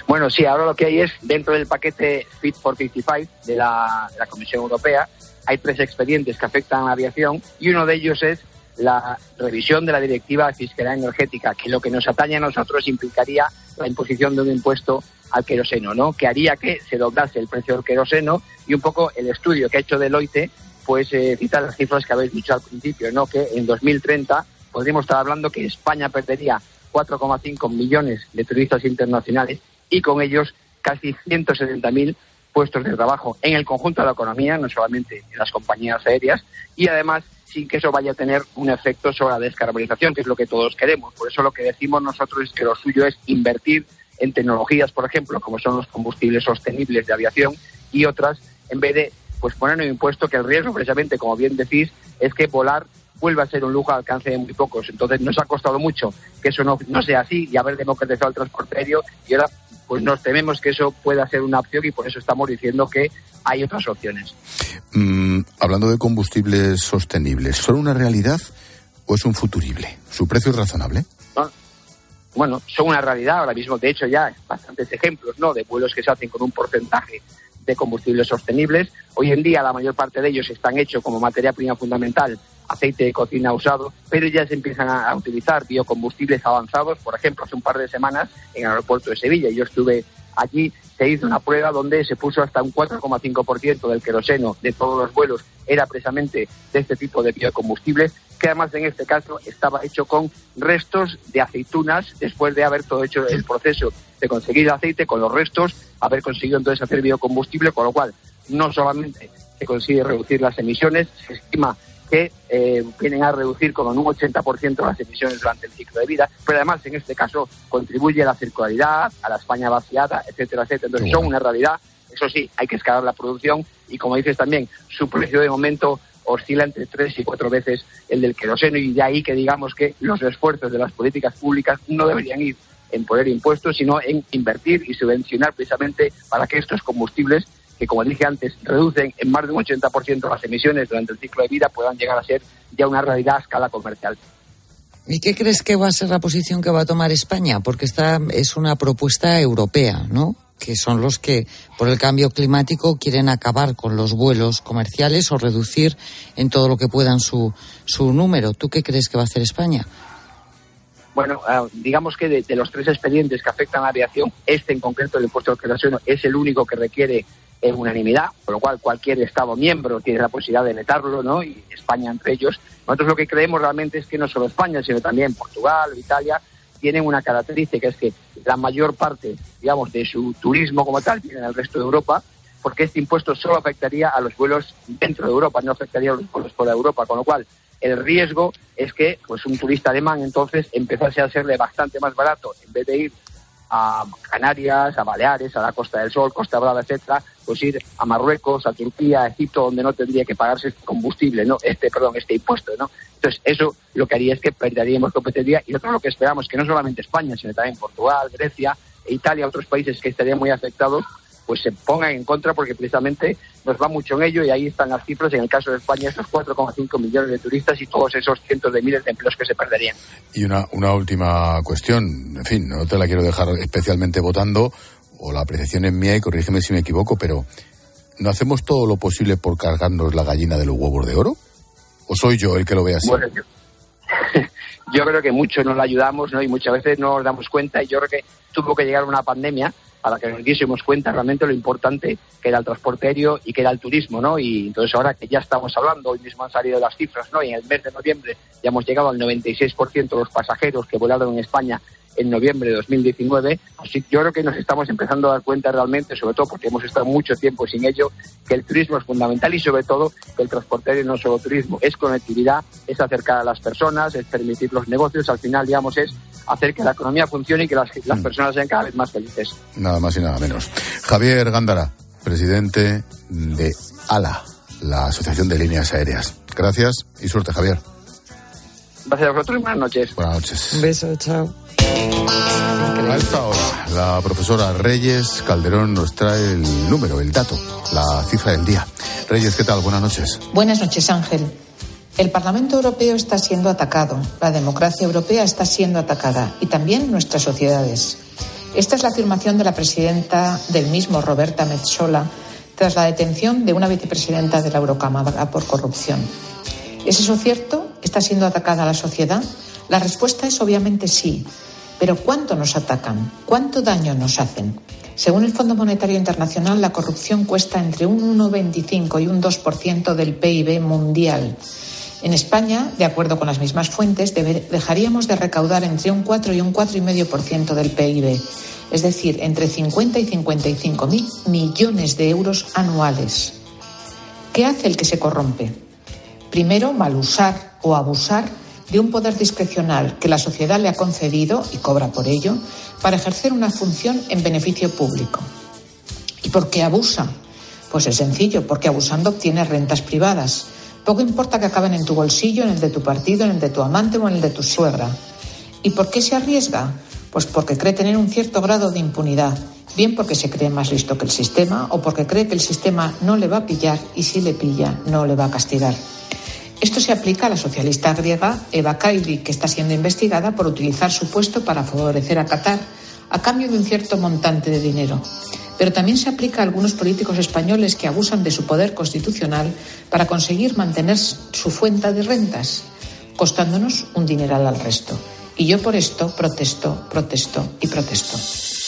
Bueno, sí, ahora lo que hay es, dentro del paquete Fit for cincuenta y cinco de la, de la Comisión Europea, hay tres expedientes que afectan a la aviación y uno de ellos es la revisión de la Directiva de Fiscalidad Energética, que lo que nos atañe a nosotros implicaría la imposición de un impuesto al queroseno, ¿no? Que haría que se doblase el precio del queroseno, y un poco el estudio que ha hecho Deloitte, pues eh, cita las cifras que habéis dicho al principio, ¿no? Que en dos mil treinta podríamos estar hablando que España perdería cuatro coma cinco millones de turistas internacionales y con ellos casi ciento setenta mil puestos de trabajo en el conjunto de la economía, no solamente en las compañías aéreas, y además sin que eso vaya a tener un efecto sobre la descarbonización, que es lo que todos queremos. Por eso lo que decimos nosotros es que lo suyo es invertir en tecnologías, por ejemplo, como son los combustibles sostenibles de aviación y otras, en vez de pues poner un impuesto que el riesgo, precisamente, como bien decís, es que volar vuelva a ser un lujo al alcance de muy pocos. Entonces nos ha costado mucho que eso no, no sea así y haber democratizado el transporte aéreo, y ahora pues nos tememos que eso pueda ser una opción, y por eso estamos diciendo que hay otras opciones. Mm, hablando de combustibles sostenibles, ¿son una realidad o es un futurible? ¿Su precio es razonable? No, bueno, son una realidad ahora mismo. De hecho, ya hay bastantes ejemplos, ¿no?, de vuelos que se hacen con un porcentaje de combustibles sostenibles. Hoy en día la mayor parte de ellos están hechos como materia prima fundamental, aceite de cocina usado, pero ya se empiezan a, a utilizar biocombustibles avanzados. Por ejemplo, hace un par de semanas en el aeropuerto de Sevilla, yo estuve allí, se hizo una prueba donde se puso hasta un cuatro coma cinco por ciento del queroseno de todos los vuelos era precisamente de este tipo de biocombustibles, que además en este caso estaba hecho con restos de aceitunas, después de haber todo hecho el proceso de conseguir el aceite con los restos, haber conseguido entonces hacer biocombustible, con lo cual no solamente se consigue reducir las emisiones, se estima que eh, vienen a reducir como en un ochenta por ciento las emisiones durante el ciclo de vida, pero además en este caso contribuye a la circularidad, a la España vaciada, etcétera, etcétera. Entonces son una realidad. Eso sí, hay que escalar la producción y, como dices también, su precio de momento oscila entre tres y cuatro veces el del queroseno, y de ahí que digamos que los esfuerzos de las políticas públicas no deberían ir en poner impuestos, sino en invertir y subvencionar precisamente para que estos combustibles, que como dije antes, reducen en más de un ochenta por ciento las emisiones durante el ciclo de vida, puedan llegar a ser ya una realidad a escala comercial. ¿Y qué crees que va a ser la posición que va a tomar España? Porque esta es una propuesta europea, ¿no?, que son los que, por el cambio climático, quieren acabar con los vuelos comerciales o reducir en todo lo que puedan su, su número. ¿Tú qué crees que va a hacer España? Bueno, uh, digamos que de, de los tres expedientes que afectan a la aviación, este en concreto, el impuesto al queroseno, es el único que requiere eh, unanimidad, con lo cual cualquier Estado miembro tiene la posibilidad de vetarlo, ¿no?, y España entre ellos. Nosotros lo que creemos realmente es que no solo España, sino también Portugal o Italia tienen una característica, es que la mayor parte, digamos, de su turismo como tal viene del resto de Europa, porque este impuesto solo afectaría a los vuelos dentro de Europa, no afectaría a los vuelos fuera de Europa, con lo cual el riesgo es que pues un turista alemán entonces empezase a serle bastante más barato, en vez de ir a Canarias, a Baleares, a la Costa del Sol, Costa Brava, etcétera, pues ir a Marruecos, a Turquía, a Egipto, donde no tendría que pagarse este combustible, no, este, perdón, este impuesto, ¿no? Entonces eso lo que haría es que perderíamos competitividad, y nosotros lo que esperamos es que no solamente España, sino también Portugal, Grecia e Italia, otros países que estarían muy afectados, pues se pongan en contra, porque precisamente nos va mucho en ello, y ahí están las cifras. En el caso de España, esos cuatro coma cinco millones de turistas y todos esos cientos de miles de empleos que se perderían. Y una, una última cuestión, en fin, no te la quiero dejar especialmente votando, o la apreciación es mía y corrígeme si me equivoco, pero ¿no hacemos todo lo posible por cargarnos la gallina de los huevos de oro? ¿O soy yo el que lo ve así? Bueno, yo, yo creo que mucho nos la ayudamos, ¿no?, y muchas veces no nos damos cuenta, y yo creo que tuvo que llegar una pandemia para que nos diésemos cuenta realmente lo importante que era el transporte aéreo y que era el turismo, ¿no? Y entonces ahora que ya estamos hablando, hoy mismo han salido las cifras, ¿no?, y en el mes de noviembre ya hemos llegado al noventa y seis por ciento de los pasajeros que volaron en España en noviembre de dos mil diecinueve, así que yo creo que nos estamos empezando a dar cuenta realmente, sobre todo porque hemos estado mucho tiempo sin ello, que el turismo es fundamental, y sobre todo que el transporte aéreo no es solo turismo, es conectividad, es acercar a las personas, es permitir los negocios, al final, digamos, es hacer que la economía funcione y que las, las personas sean cada vez más felices. Nada más y nada menos. Javier Gándara, presidente de A L A, la Asociación de Líneas Aéreas. Gracias y suerte, Javier. Gracias a vosotros y buenas noches. Buenas noches. Un beso, chao. A esta hora, la profesora Reyes Calderón nos trae el número, el dato, la cifra del día. Reyes, ¿qué tal? Buenas noches. Buenas noches, Ángel. El Parlamento Europeo está siendo atacado, la democracia europea está siendo atacada y también nuestras sociedades. Esta es la afirmación de la presidenta del mismo, Roberta Metsola, tras la detención de una vicepresidenta de la Eurocámara por corrupción. ¿Es eso cierto? ¿Está siendo atacada la sociedad? La respuesta es obviamente sí. Pero ¿cuánto nos atacan? ¿Cuánto daño nos hacen? Según el Fondo Monetario Internacional, la corrupción cuesta entre un uno coma veinticinco y un dos por ciento del P I B mundial. En España, de acuerdo con las mismas fuentes, debe, dejaríamos de recaudar entre un cuatro y un cuatro coma cinco por ciento del P I B, es decir, entre cincuenta y cincuenta y cinco mil millones de euros anuales. ¿Qué hace el que se corrompe? Primero, malusar o abusar de un poder discrecional que la sociedad le ha concedido y cobra por ello para ejercer una función en beneficio público. ¿Y por qué abusa? Pues es sencillo, porque abusando obtiene rentas privadas. Poco importa que acaben en tu bolsillo, en el de tu partido, en el de tu amante o en el de tu suegra. ¿Y por qué se arriesga? Pues porque cree tener un cierto grado de impunidad, bien porque se cree más listo que el sistema o porque cree que el sistema no le va a pillar y si le pilla no le va a castigar. Esto se aplica a la socialista griega Eva Kaili, que está siendo investigada por utilizar su puesto para favorecer a Qatar a cambio de un cierto montante de dinero. Pero también se aplica a algunos políticos españoles que abusan de su poder constitucional para conseguir mantener su fuente de rentas, costándonos un dineral al resto. Y yo por esto protesto, protesto y protesto.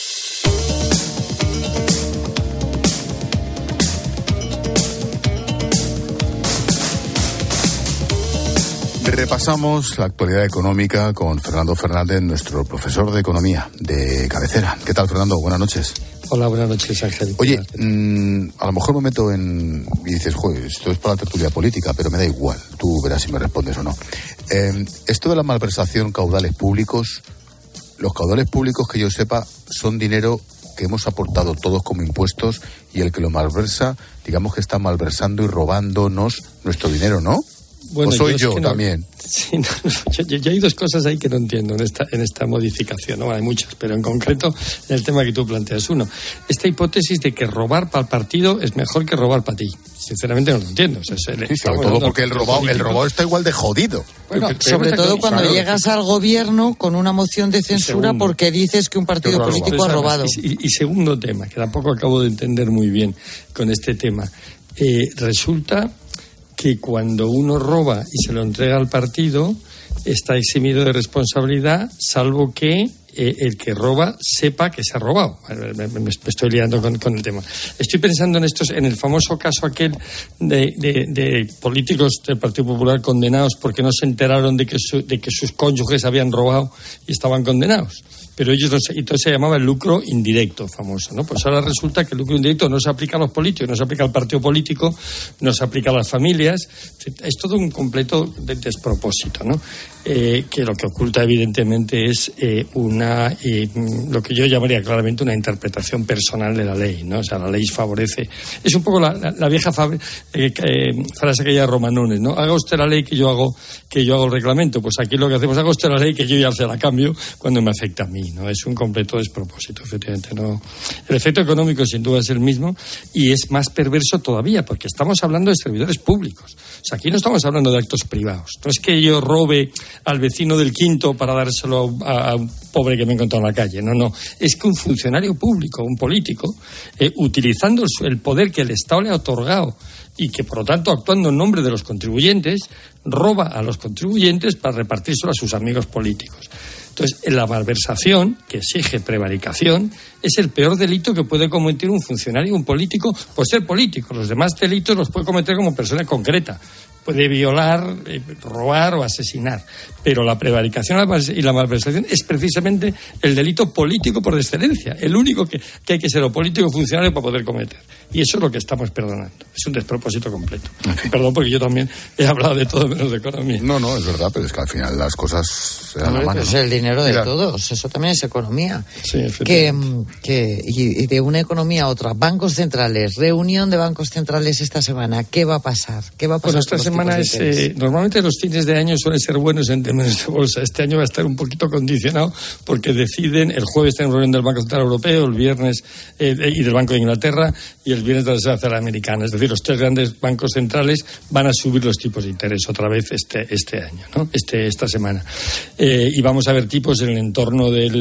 Repasamos la actualidad económica con Fernando Fernández, nuestro profesor de economía de cabecera. ¿Qué tal, Fernando? Buenas noches. Hola, buenas noches, Ángel. Oye, mmm, a lo mejor me meto en... y dices, joder, esto es para la tertulia política, pero me da igual. Tú verás si me respondes o no. Eh, esto de la malversación, caudales públicos, los caudales públicos, que yo sepa, son dinero que hemos aportado todos como impuestos y el que lo malversa, digamos que está malversando y robándonos nuestro dinero, ¿no? Bueno, ¿O soy yo, yo es que no, también? Sí, no, no, yo, yo, yo hay dos cosas ahí que no entiendo en esta, en esta modificación, ¿no? Hay muchas, pero en concreto en el tema que tú planteas. Uno, esta hipótesis de que robar para el partido es mejor que robar para ti. Sinceramente no lo entiendo. O sea, se le, sí, sobre todo porque el robado, el robado está igual de jodido. Bueno, pero, sobre pero todo cuando claro, llegas al gobierno con una moción de censura segundo, porque dices que un partido político ha robado. Y, y, y segundo tema, que tampoco acabo de entender muy bien con este tema. Eh, resulta que cuando uno roba y se lo entrega al partido, está eximido de responsabilidad, salvo que eh, el que roba sepa que se ha robado. Me, me, me estoy liando con, con el tema. Estoy pensando en estos, en el famoso caso aquel de, de, de políticos del Partido Popular condenados porque no se enteraron de que, su, de que sus cónyuges habían robado y estaban condenados. Pero ellos no se, entonces se llamaba el lucro indirecto, famoso, ¿no? Pues ahora resulta que el lucro indirecto no se aplica a los políticos, no se aplica al partido político, no se aplica a las familias. Es todo un completo despropósito, ¿no? Eh, que lo que oculta evidentemente es eh, una eh, lo que yo llamaría claramente una interpretación personal de la ley, ¿no? O sea, la ley favorece. Es un poco la, la, la vieja fab, eh, eh, frase aquella de Romanones, ¿no? Haga usted la ley que yo hago que yo hago el reglamento. Pues aquí lo que hacemos, haga usted la ley que yo ya se la cambio cuando me afecta a mí, ¿no? Es un completo despropósito, efectivamente, ¿no? El efecto económico sin duda es el mismo y es más perverso todavía porque estamos hablando de servidores públicos. O sea, aquí no estamos hablando de actos privados. No es que yo robe al vecino del quinto para dárselo a, a un pobre que me he encontrado en la calle. No, no. Es que un funcionario público, un político, eh, utilizando el, el poder que el Estado le ha otorgado y que, por lo tanto, actuando en nombre de los contribuyentes, roba a los contribuyentes para repartírselo a sus amigos políticos. Entonces, la malversación, que exige prevaricación, es el peor delito que puede cometer un funcionario, un político, por ser político. Los demás delitos los puede cometer como persona concreta. Puede violar, eh, robar o asesinar. Pero la prevaricación y la malversación es precisamente el delito político por excelencia. El único que, que hay que ser o político o funcionario para poder cometer. Y eso es lo que estamos perdonando. Es un despropósito completo. Okay. Perdón, porque yo también he hablado de todo menos de economía. No, no, es verdad, pero es que al final las cosas se dan la mano. Es el dinero de Mira. todos. Eso también es economía. Sí, que, que y, y de una economía a otra. Bancos centrales, reunión de bancos centrales esta semana. ¿Qué va a pasar? ¿Qué va a pasar? Bueno, esta semana es, eh, normalmente los fines de año suelen ser buenos en términos de bolsa. Este año va a estar un poquito condicionado porque deciden, el jueves tienen reunión del Banco Central Europeo, el viernes eh, y del Banco de Inglaterra y el viernes de la Reserva Federal Americana. Es decir, los tres grandes bancos centrales van a subir los tipos de interés otra vez este este año, ¿no? Este esta semana. Eh, y vamos a ver tipos en el entorno del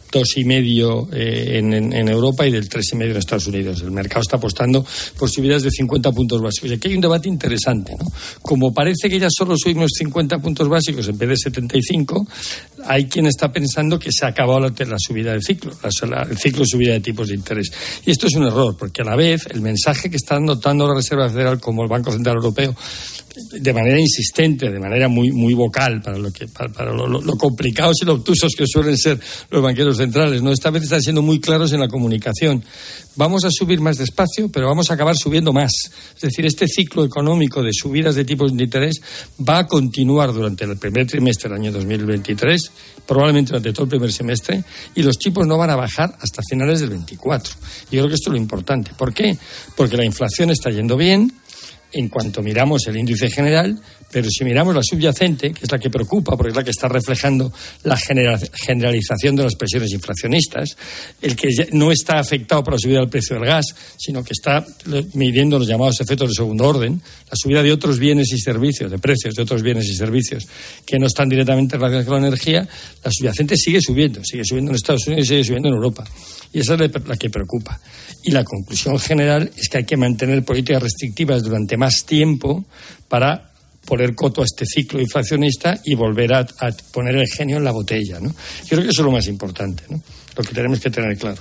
dos y medio eh, en, en, en Europa y del tres y medio en Estados Unidos. El mercado está apostando por subidas de cincuenta puntos básicos. Y aquí hay un debate interesante, ¿no? Como parece que ya solo subimos cincuenta puntos básicos en vez de setenta y cinco, hay quien está pensando que se ha acabado la, la subida de ciclo, la, la, el ciclo de subida de tipos de interés. Y esto es un error, porque a la vez el mensaje que está dando tanto la Reserva Federal como el Banco Central Europeo, de manera insistente, de manera muy muy vocal, para lo que para, para lo, lo, lo complicados y lo obtusos que suelen ser los banqueros centrales, ¿no? Esta vez están siendo muy claros en la comunicación. Vamos a subir más despacio, pero vamos a acabar subiendo más. Es decir, este ciclo económico de subidas de tipos de interés va a continuar durante el primer trimestre del año dos mil veintitrés, probablemente durante todo el primer semestre, y los tipos no van a bajar hasta finales del veinticuatro. Yo creo que esto es lo importante. ¿Por qué? Porque la inflación está yendo bien en cuanto miramos el índice general, pero si miramos la subyacente, que es la que preocupa, porque es la que está reflejando la generalización de las presiones inflacionistas, el que no está afectado por la subida del precio del gas, sino que está midiendo los llamados efectos de segundo orden, la subida de otros bienes y servicios, de precios de otros bienes y servicios que no están directamente relacionados con la energía, la subyacente sigue subiendo, sigue subiendo en Estados Unidos y sigue subiendo en Europa. Y esa es la que preocupa. Y la conclusión general es que hay que mantener políticas restrictivas durante más tiempo para poner coto a este ciclo inflacionista y volver a, a poner el genio en la botella, ¿no? Yo creo que eso es lo más importante, ¿no? Lo que tenemos que tener claro.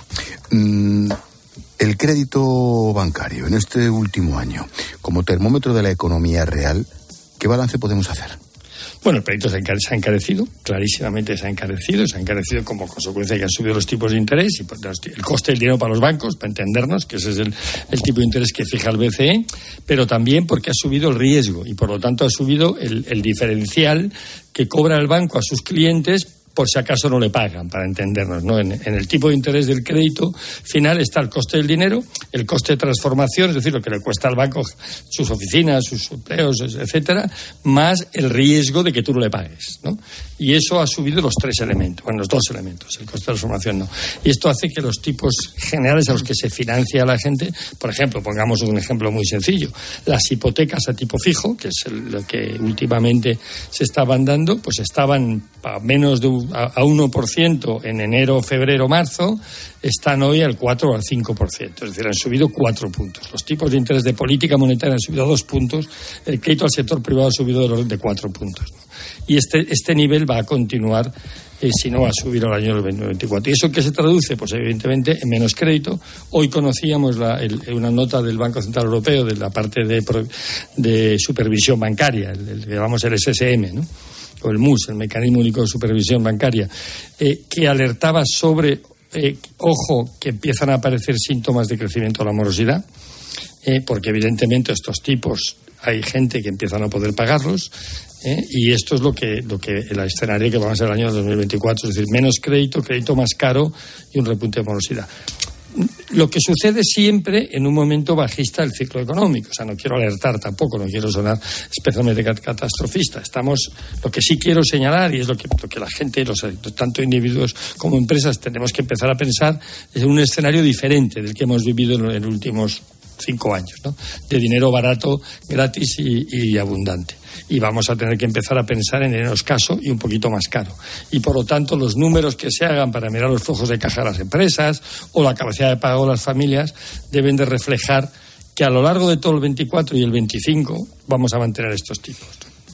Mm, el crédito bancario en este último año, como termómetro de la economía real, ¿qué balance podemos hacer? Bueno, el crédito se ha encarecido, clarísimamente se ha encarecido, se ha encarecido como consecuencia de que han subido los tipos de interés y el coste del dinero para los bancos, para entendernos, que ese es el, el tipo de interés que fija el B C E, pero también porque ha subido el riesgo y por lo tanto ha subido el, el diferencial que cobra el banco a sus clientes por si acaso no le pagan, para entendernos, ¿no? En, en el tipo de interés del crédito final está el coste del dinero, el coste de transformación, es decir, lo que le cuesta al banco sus oficinas, sus empleos, etcétera, más el riesgo de que tú no le pagues, ¿no? Y eso ha subido los tres elementos, bueno, los dos elementos, el coste de transformación no. Y esto hace que los tipos generales a los que se financia la gente, por ejemplo, pongamos un ejemplo muy sencillo, las hipotecas a tipo fijo, que es el, lo que últimamente se estaban dando, pues estaban a menos de un a uno por ciento en enero, febrero, marzo, están hoy al cuatro o al cinco por ciento. Es decir, han subido cuatro puntos. Los tipos de interés de política monetaria han subido a dos puntos. El crédito al sector privado ha subido del orden de cuatro puntos, ¿no? Y este, este nivel va a continuar, eh, si no va a subir al año dos mil veinticuatro. ¿Y eso qué se traduce? Pues evidentemente en menos crédito. Hoy conocíamos la, el, una nota del Banco Central Europeo de la parte de, de supervisión bancaria, el, el que llamamos el S S M, ¿no? O el M U S, el Mecanismo Único de Supervisión Bancaria, eh, que alertaba sobre, eh, ojo, que empiezan a aparecer síntomas de crecimiento de la morosidad, eh, porque evidentemente estos tipos hay gente que empieza a no poder pagarlos, eh, y esto es lo que, lo que el escenario que vamos a ver el año dos mil veinticuatro, es decir, menos crédito, crédito más caro y un repunte de morosidad. Lo que sucede siempre en un momento bajista del ciclo económico. O sea, no quiero alertar tampoco, no quiero sonar especialmente catastrofista. Estamos, lo que sí quiero señalar, y es lo que, lo que la gente, los, tanto individuos como empresas, tenemos que empezar a pensar, es un escenario diferente del que hemos vivido en los últimos cinco años, ¿no? De dinero barato, gratis y, y abundante. Y vamos a tener que empezar a pensar en dinero escaso y un poquito más caro. Y por lo tanto, los números que se hagan para mirar los flujos de caja de las empresas o la capacidad de pago de las familias deben de reflejar que a lo largo de todo el veinticuatro y el veinticinco vamos a mantener estos tipos.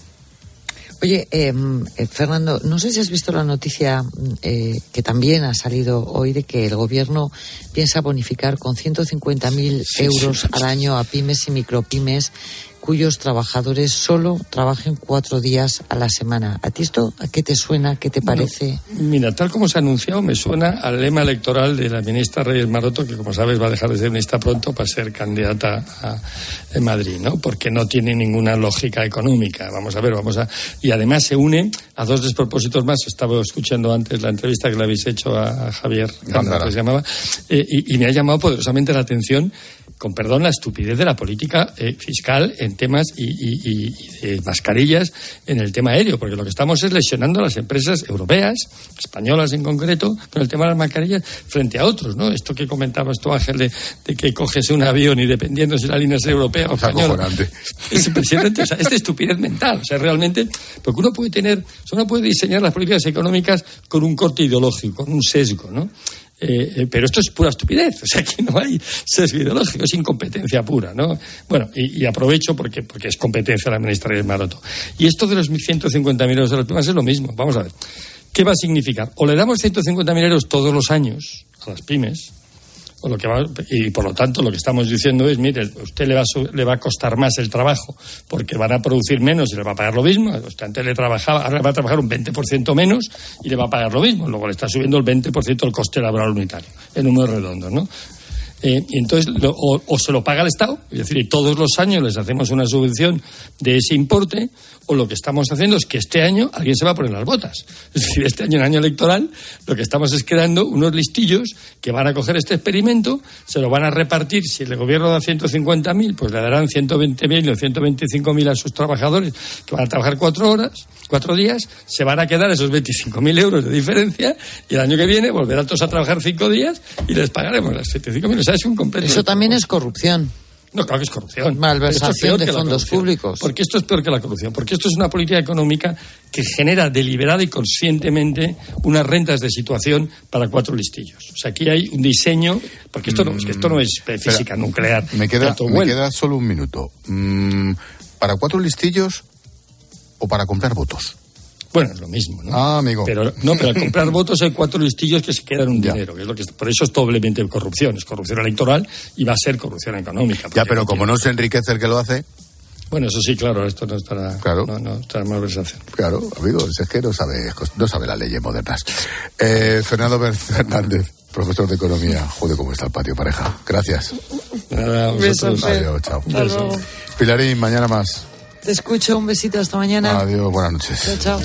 Oye, eh, eh, Fernando, no sé si has visto la noticia eh, que también ha salido hoy de que el Gobierno piensa bonificar con ciento cincuenta mil euros sí, sí, sí. al año a pymes y micropymes cuyos trabajadores solo trabajen cuatro días a la semana. ¿A ti esto a qué te suena? ¿Qué te parece? No, mira, tal como se ha anunciado, me suena al lema electoral de la ministra Reyes Maroto, que como sabes va a dejar de ser ministra pronto para ser candidata a, en Madrid, ¿no? Porque no tiene ninguna lógica económica. Vamos a ver, vamos a... Y además se une a dos despropósitos más. Estaba escuchando antes la entrevista que le habéis hecho a Javier Cándara, que se llamaba, eh, y, y me ha llamado poderosamente la atención con perdón, la estupidez de la política eh, fiscal en temas y, y, y, y de mascarillas en el tema aéreo, porque lo que estamos es lesionando a las empresas europeas, españolas en concreto, con el tema de las mascarillas frente a otros, ¿no? Esto que comentabas tú, Ángel, de, de que coges un avión y dependiendo si la línea es europea o española. Es impresionante, o sea, es de estupidez mental, o sea, realmente, porque uno puede tener, o sea, uno puede diseñar las políticas económicas con un corte ideológico, con un sesgo, ¿no? Eh, eh, pero esto es pura estupidez, o sea, que no hay sesgo ideológico, es incompetencia pura, ¿no? Bueno, y, y aprovecho porque, porque es competencia de la ministra del Maroto. Y esto de los ciento cincuenta mil euros de las pymes es lo mismo, vamos a ver. ¿Qué va a significar? O le damos ciento cincuenta mil euros todos los años a las pymes, o lo que va, y por lo tanto lo que estamos diciendo es, mire, usted le va, a, le va a costar más el trabajo porque van a producir menos y le va a pagar lo mismo. Usted antes le trabajaba, ahora le va a trabajar un veinte por ciento menos y le va a pagar lo mismo. Luego le está subiendo el veinte por ciento el coste laboral unitario, en números redondos, ¿no? Eh, y entonces lo, o, o se lo paga el Estado, es decir, y todos los años les hacemos una subvención de ese importe, o lo que estamos haciendo es que este año alguien se va a poner las botas. Es decir, este año, en año electoral, lo que estamos es creando unos listillos que van a coger este experimento, se lo van a repartir. Si el gobierno da ciento cincuenta mil, pues le darán ciento veinte mil o ciento veinticinco mil a sus trabajadores que van a trabajar cuatro horas, cuatro días, se van a quedar esos veinticinco mil euros de diferencia y el año que viene volverán todos a trabajar cinco días y les pagaremos las setenta y cinco mil. O sea, es un completo. Eso también es corrupción. No, claro que es corrupción. Malversación de fondos públicos. Porque esto es peor que la corrupción. Porque esto es una política económica que genera deliberada y conscientemente unas rentas de situación para cuatro listillos. O sea, aquí hay un diseño, porque esto no, es que esto no es física Espera, nuclear. Me queda, me queda solo un minuto. Mm, ¿Para cuatro listillos o para comprar votos? Bueno, es lo mismo, ¿no? Ah, amigo. Pero, no, pero al comprar votos hay cuatro listillos que se quedan un dinero, que es lo que, por eso es doblemente corrupción. Es corrupción electoral y va a ser corrupción económica. Ya, pero como no se enriquece el que lo hace... Bueno, eso sí, claro, esto no estará... Claro. No, no estará malversación. Claro, amigo, es que no sabe, no sabe las leyes modernas. Eh, Fernando Fernández, profesor de Economía. Joder, cómo está el patio, pareja. Gracias. Nada, vosotros. Adiós, chao. Pilarín, mañana más. Te escucho, un besito, hasta mañana. Adiós, buenas noches. Chao, chao.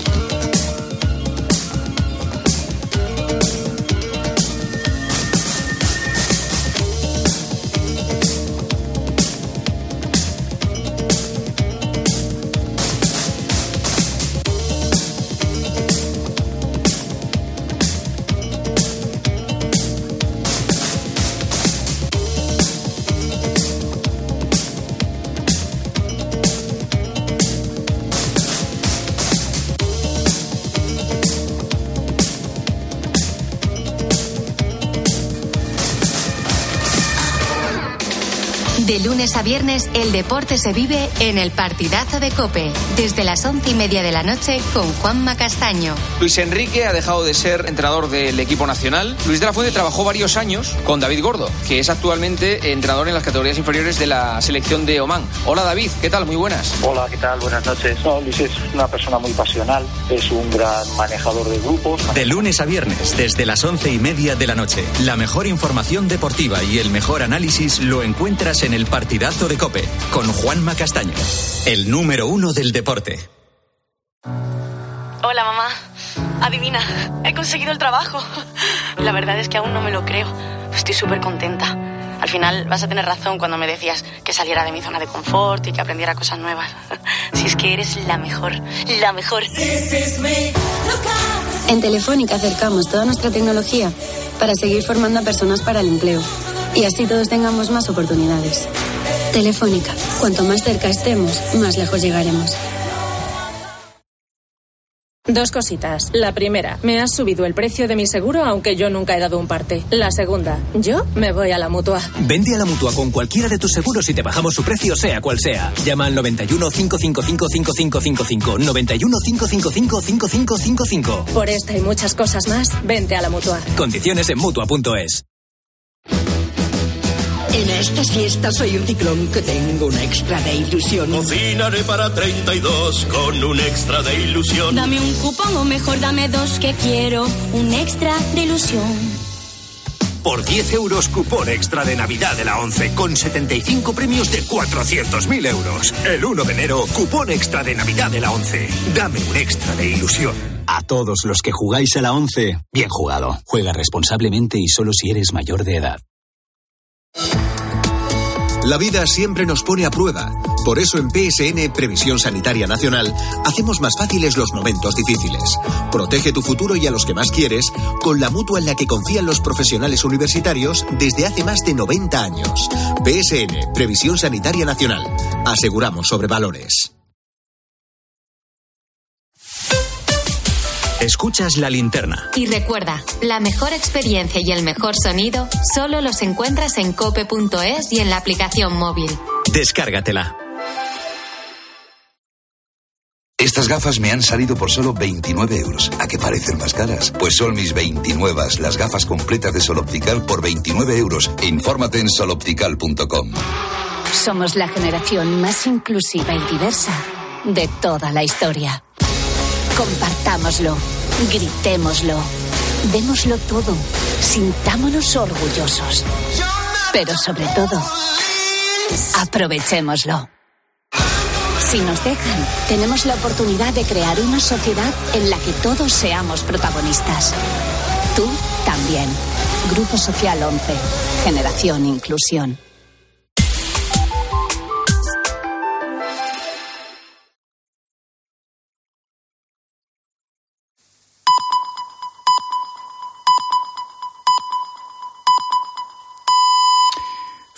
De lunes a viernes, el deporte se vive en el partidazo de COPE, desde las once y media de la noche con Juanma Castaño. Luis Enrique ha dejado de ser entrenador del equipo nacional. Luis de la Fuente trabajó varios años con David Gordo, que es actualmente entrenador en las categorías inferiores de la selección de Omán. Hola David, ¿qué tal? Muy buenas. Hola, ¿qué tal? Buenas noches. No, Luis es una persona muy pasional, es un gran manejador de grupos. De lunes a viernes, desde las once y media de la noche, la mejor información deportiva y el mejor análisis lo encuentras en el partidazo de COPE, con Juanma Castaño, el número uno del deporte. Hola mamá, adivina, he conseguido el trabajo. La verdad es que aún no me lo creo, estoy súper contenta. Al final vas a tener razón cuando me decías que saliera de mi zona de confort y que aprendiera cosas nuevas. Si es que eres la mejor, la mejor. En Telefónica acercamos toda nuestra tecnología para seguir formando a personas para el empleo y así todos tengamos más oportunidades. Telefónica, cuanto más cerca estemos, más lejos llegaremos. Dos cositas. La primera, me has subido el precio de mi seguro aunque yo nunca he dado un parte. La segunda, yo me voy a la Mutua. Vente a la Mutua con cualquiera de tus seguros y te bajamos su precio sea cual sea. Llama al noventa y uno, cinco cinco cinco, cinco cinco cinco cinco, noventa y uno, cinco cinco cinco, cinco cinco cinco cinco. Por esta y muchas cosas más, vente a la Mutua. Condiciones en Mutua punto es. En estas fiestas soy un ciclón que tengo un extra de ilusión. Cocinaré para treinta y dos con un extra de ilusión. Dame un cupón o mejor dame dos que quiero un extra de ilusión. Por diez euros cupón extra de Navidad de la ONCE con setenta y cinco premios de cuatrocientos mil euros. El uno de enero, cupón extra de Navidad de la ONCE. Dame un extra de ilusión. A todos los que jugáis a la ONCE, bien jugado. Juega responsablemente y solo si eres mayor de edad. La vida siempre nos pone a prueba. Por eso en P S N, Previsión Sanitaria Nacional, hacemos más fáciles los momentos difíciles. Protege tu futuro y a los que más quieres con la mutua en la que confían los profesionales universitarios desde hace más de noventa años. P S N, Previsión Sanitaria Nacional. Aseguramos sobre valores. Escuchas La Linterna. Y recuerda, la mejor experiencia y el mejor sonido solo los encuentras en cope punto es y en la aplicación móvil. Descárgatela. Estas gafas me han salido por solo veintinueve euros. ¿A qué parecen más caras? Pues son mis veintinueve, las gafas completas de Sol Optical por veintinueve euros. Infórmate en sol optical punto com. Somos la generación más inclusiva y diversa de toda la historia. Compartámoslo, gritémoslo, démoslo todo, sintámonos orgullosos. Pero sobre todo, aprovechémoslo. Si nos dejan, tenemos la oportunidad de crear una sociedad en la que todos seamos protagonistas. Tú también. Grupo Social once. Generación Inclusión.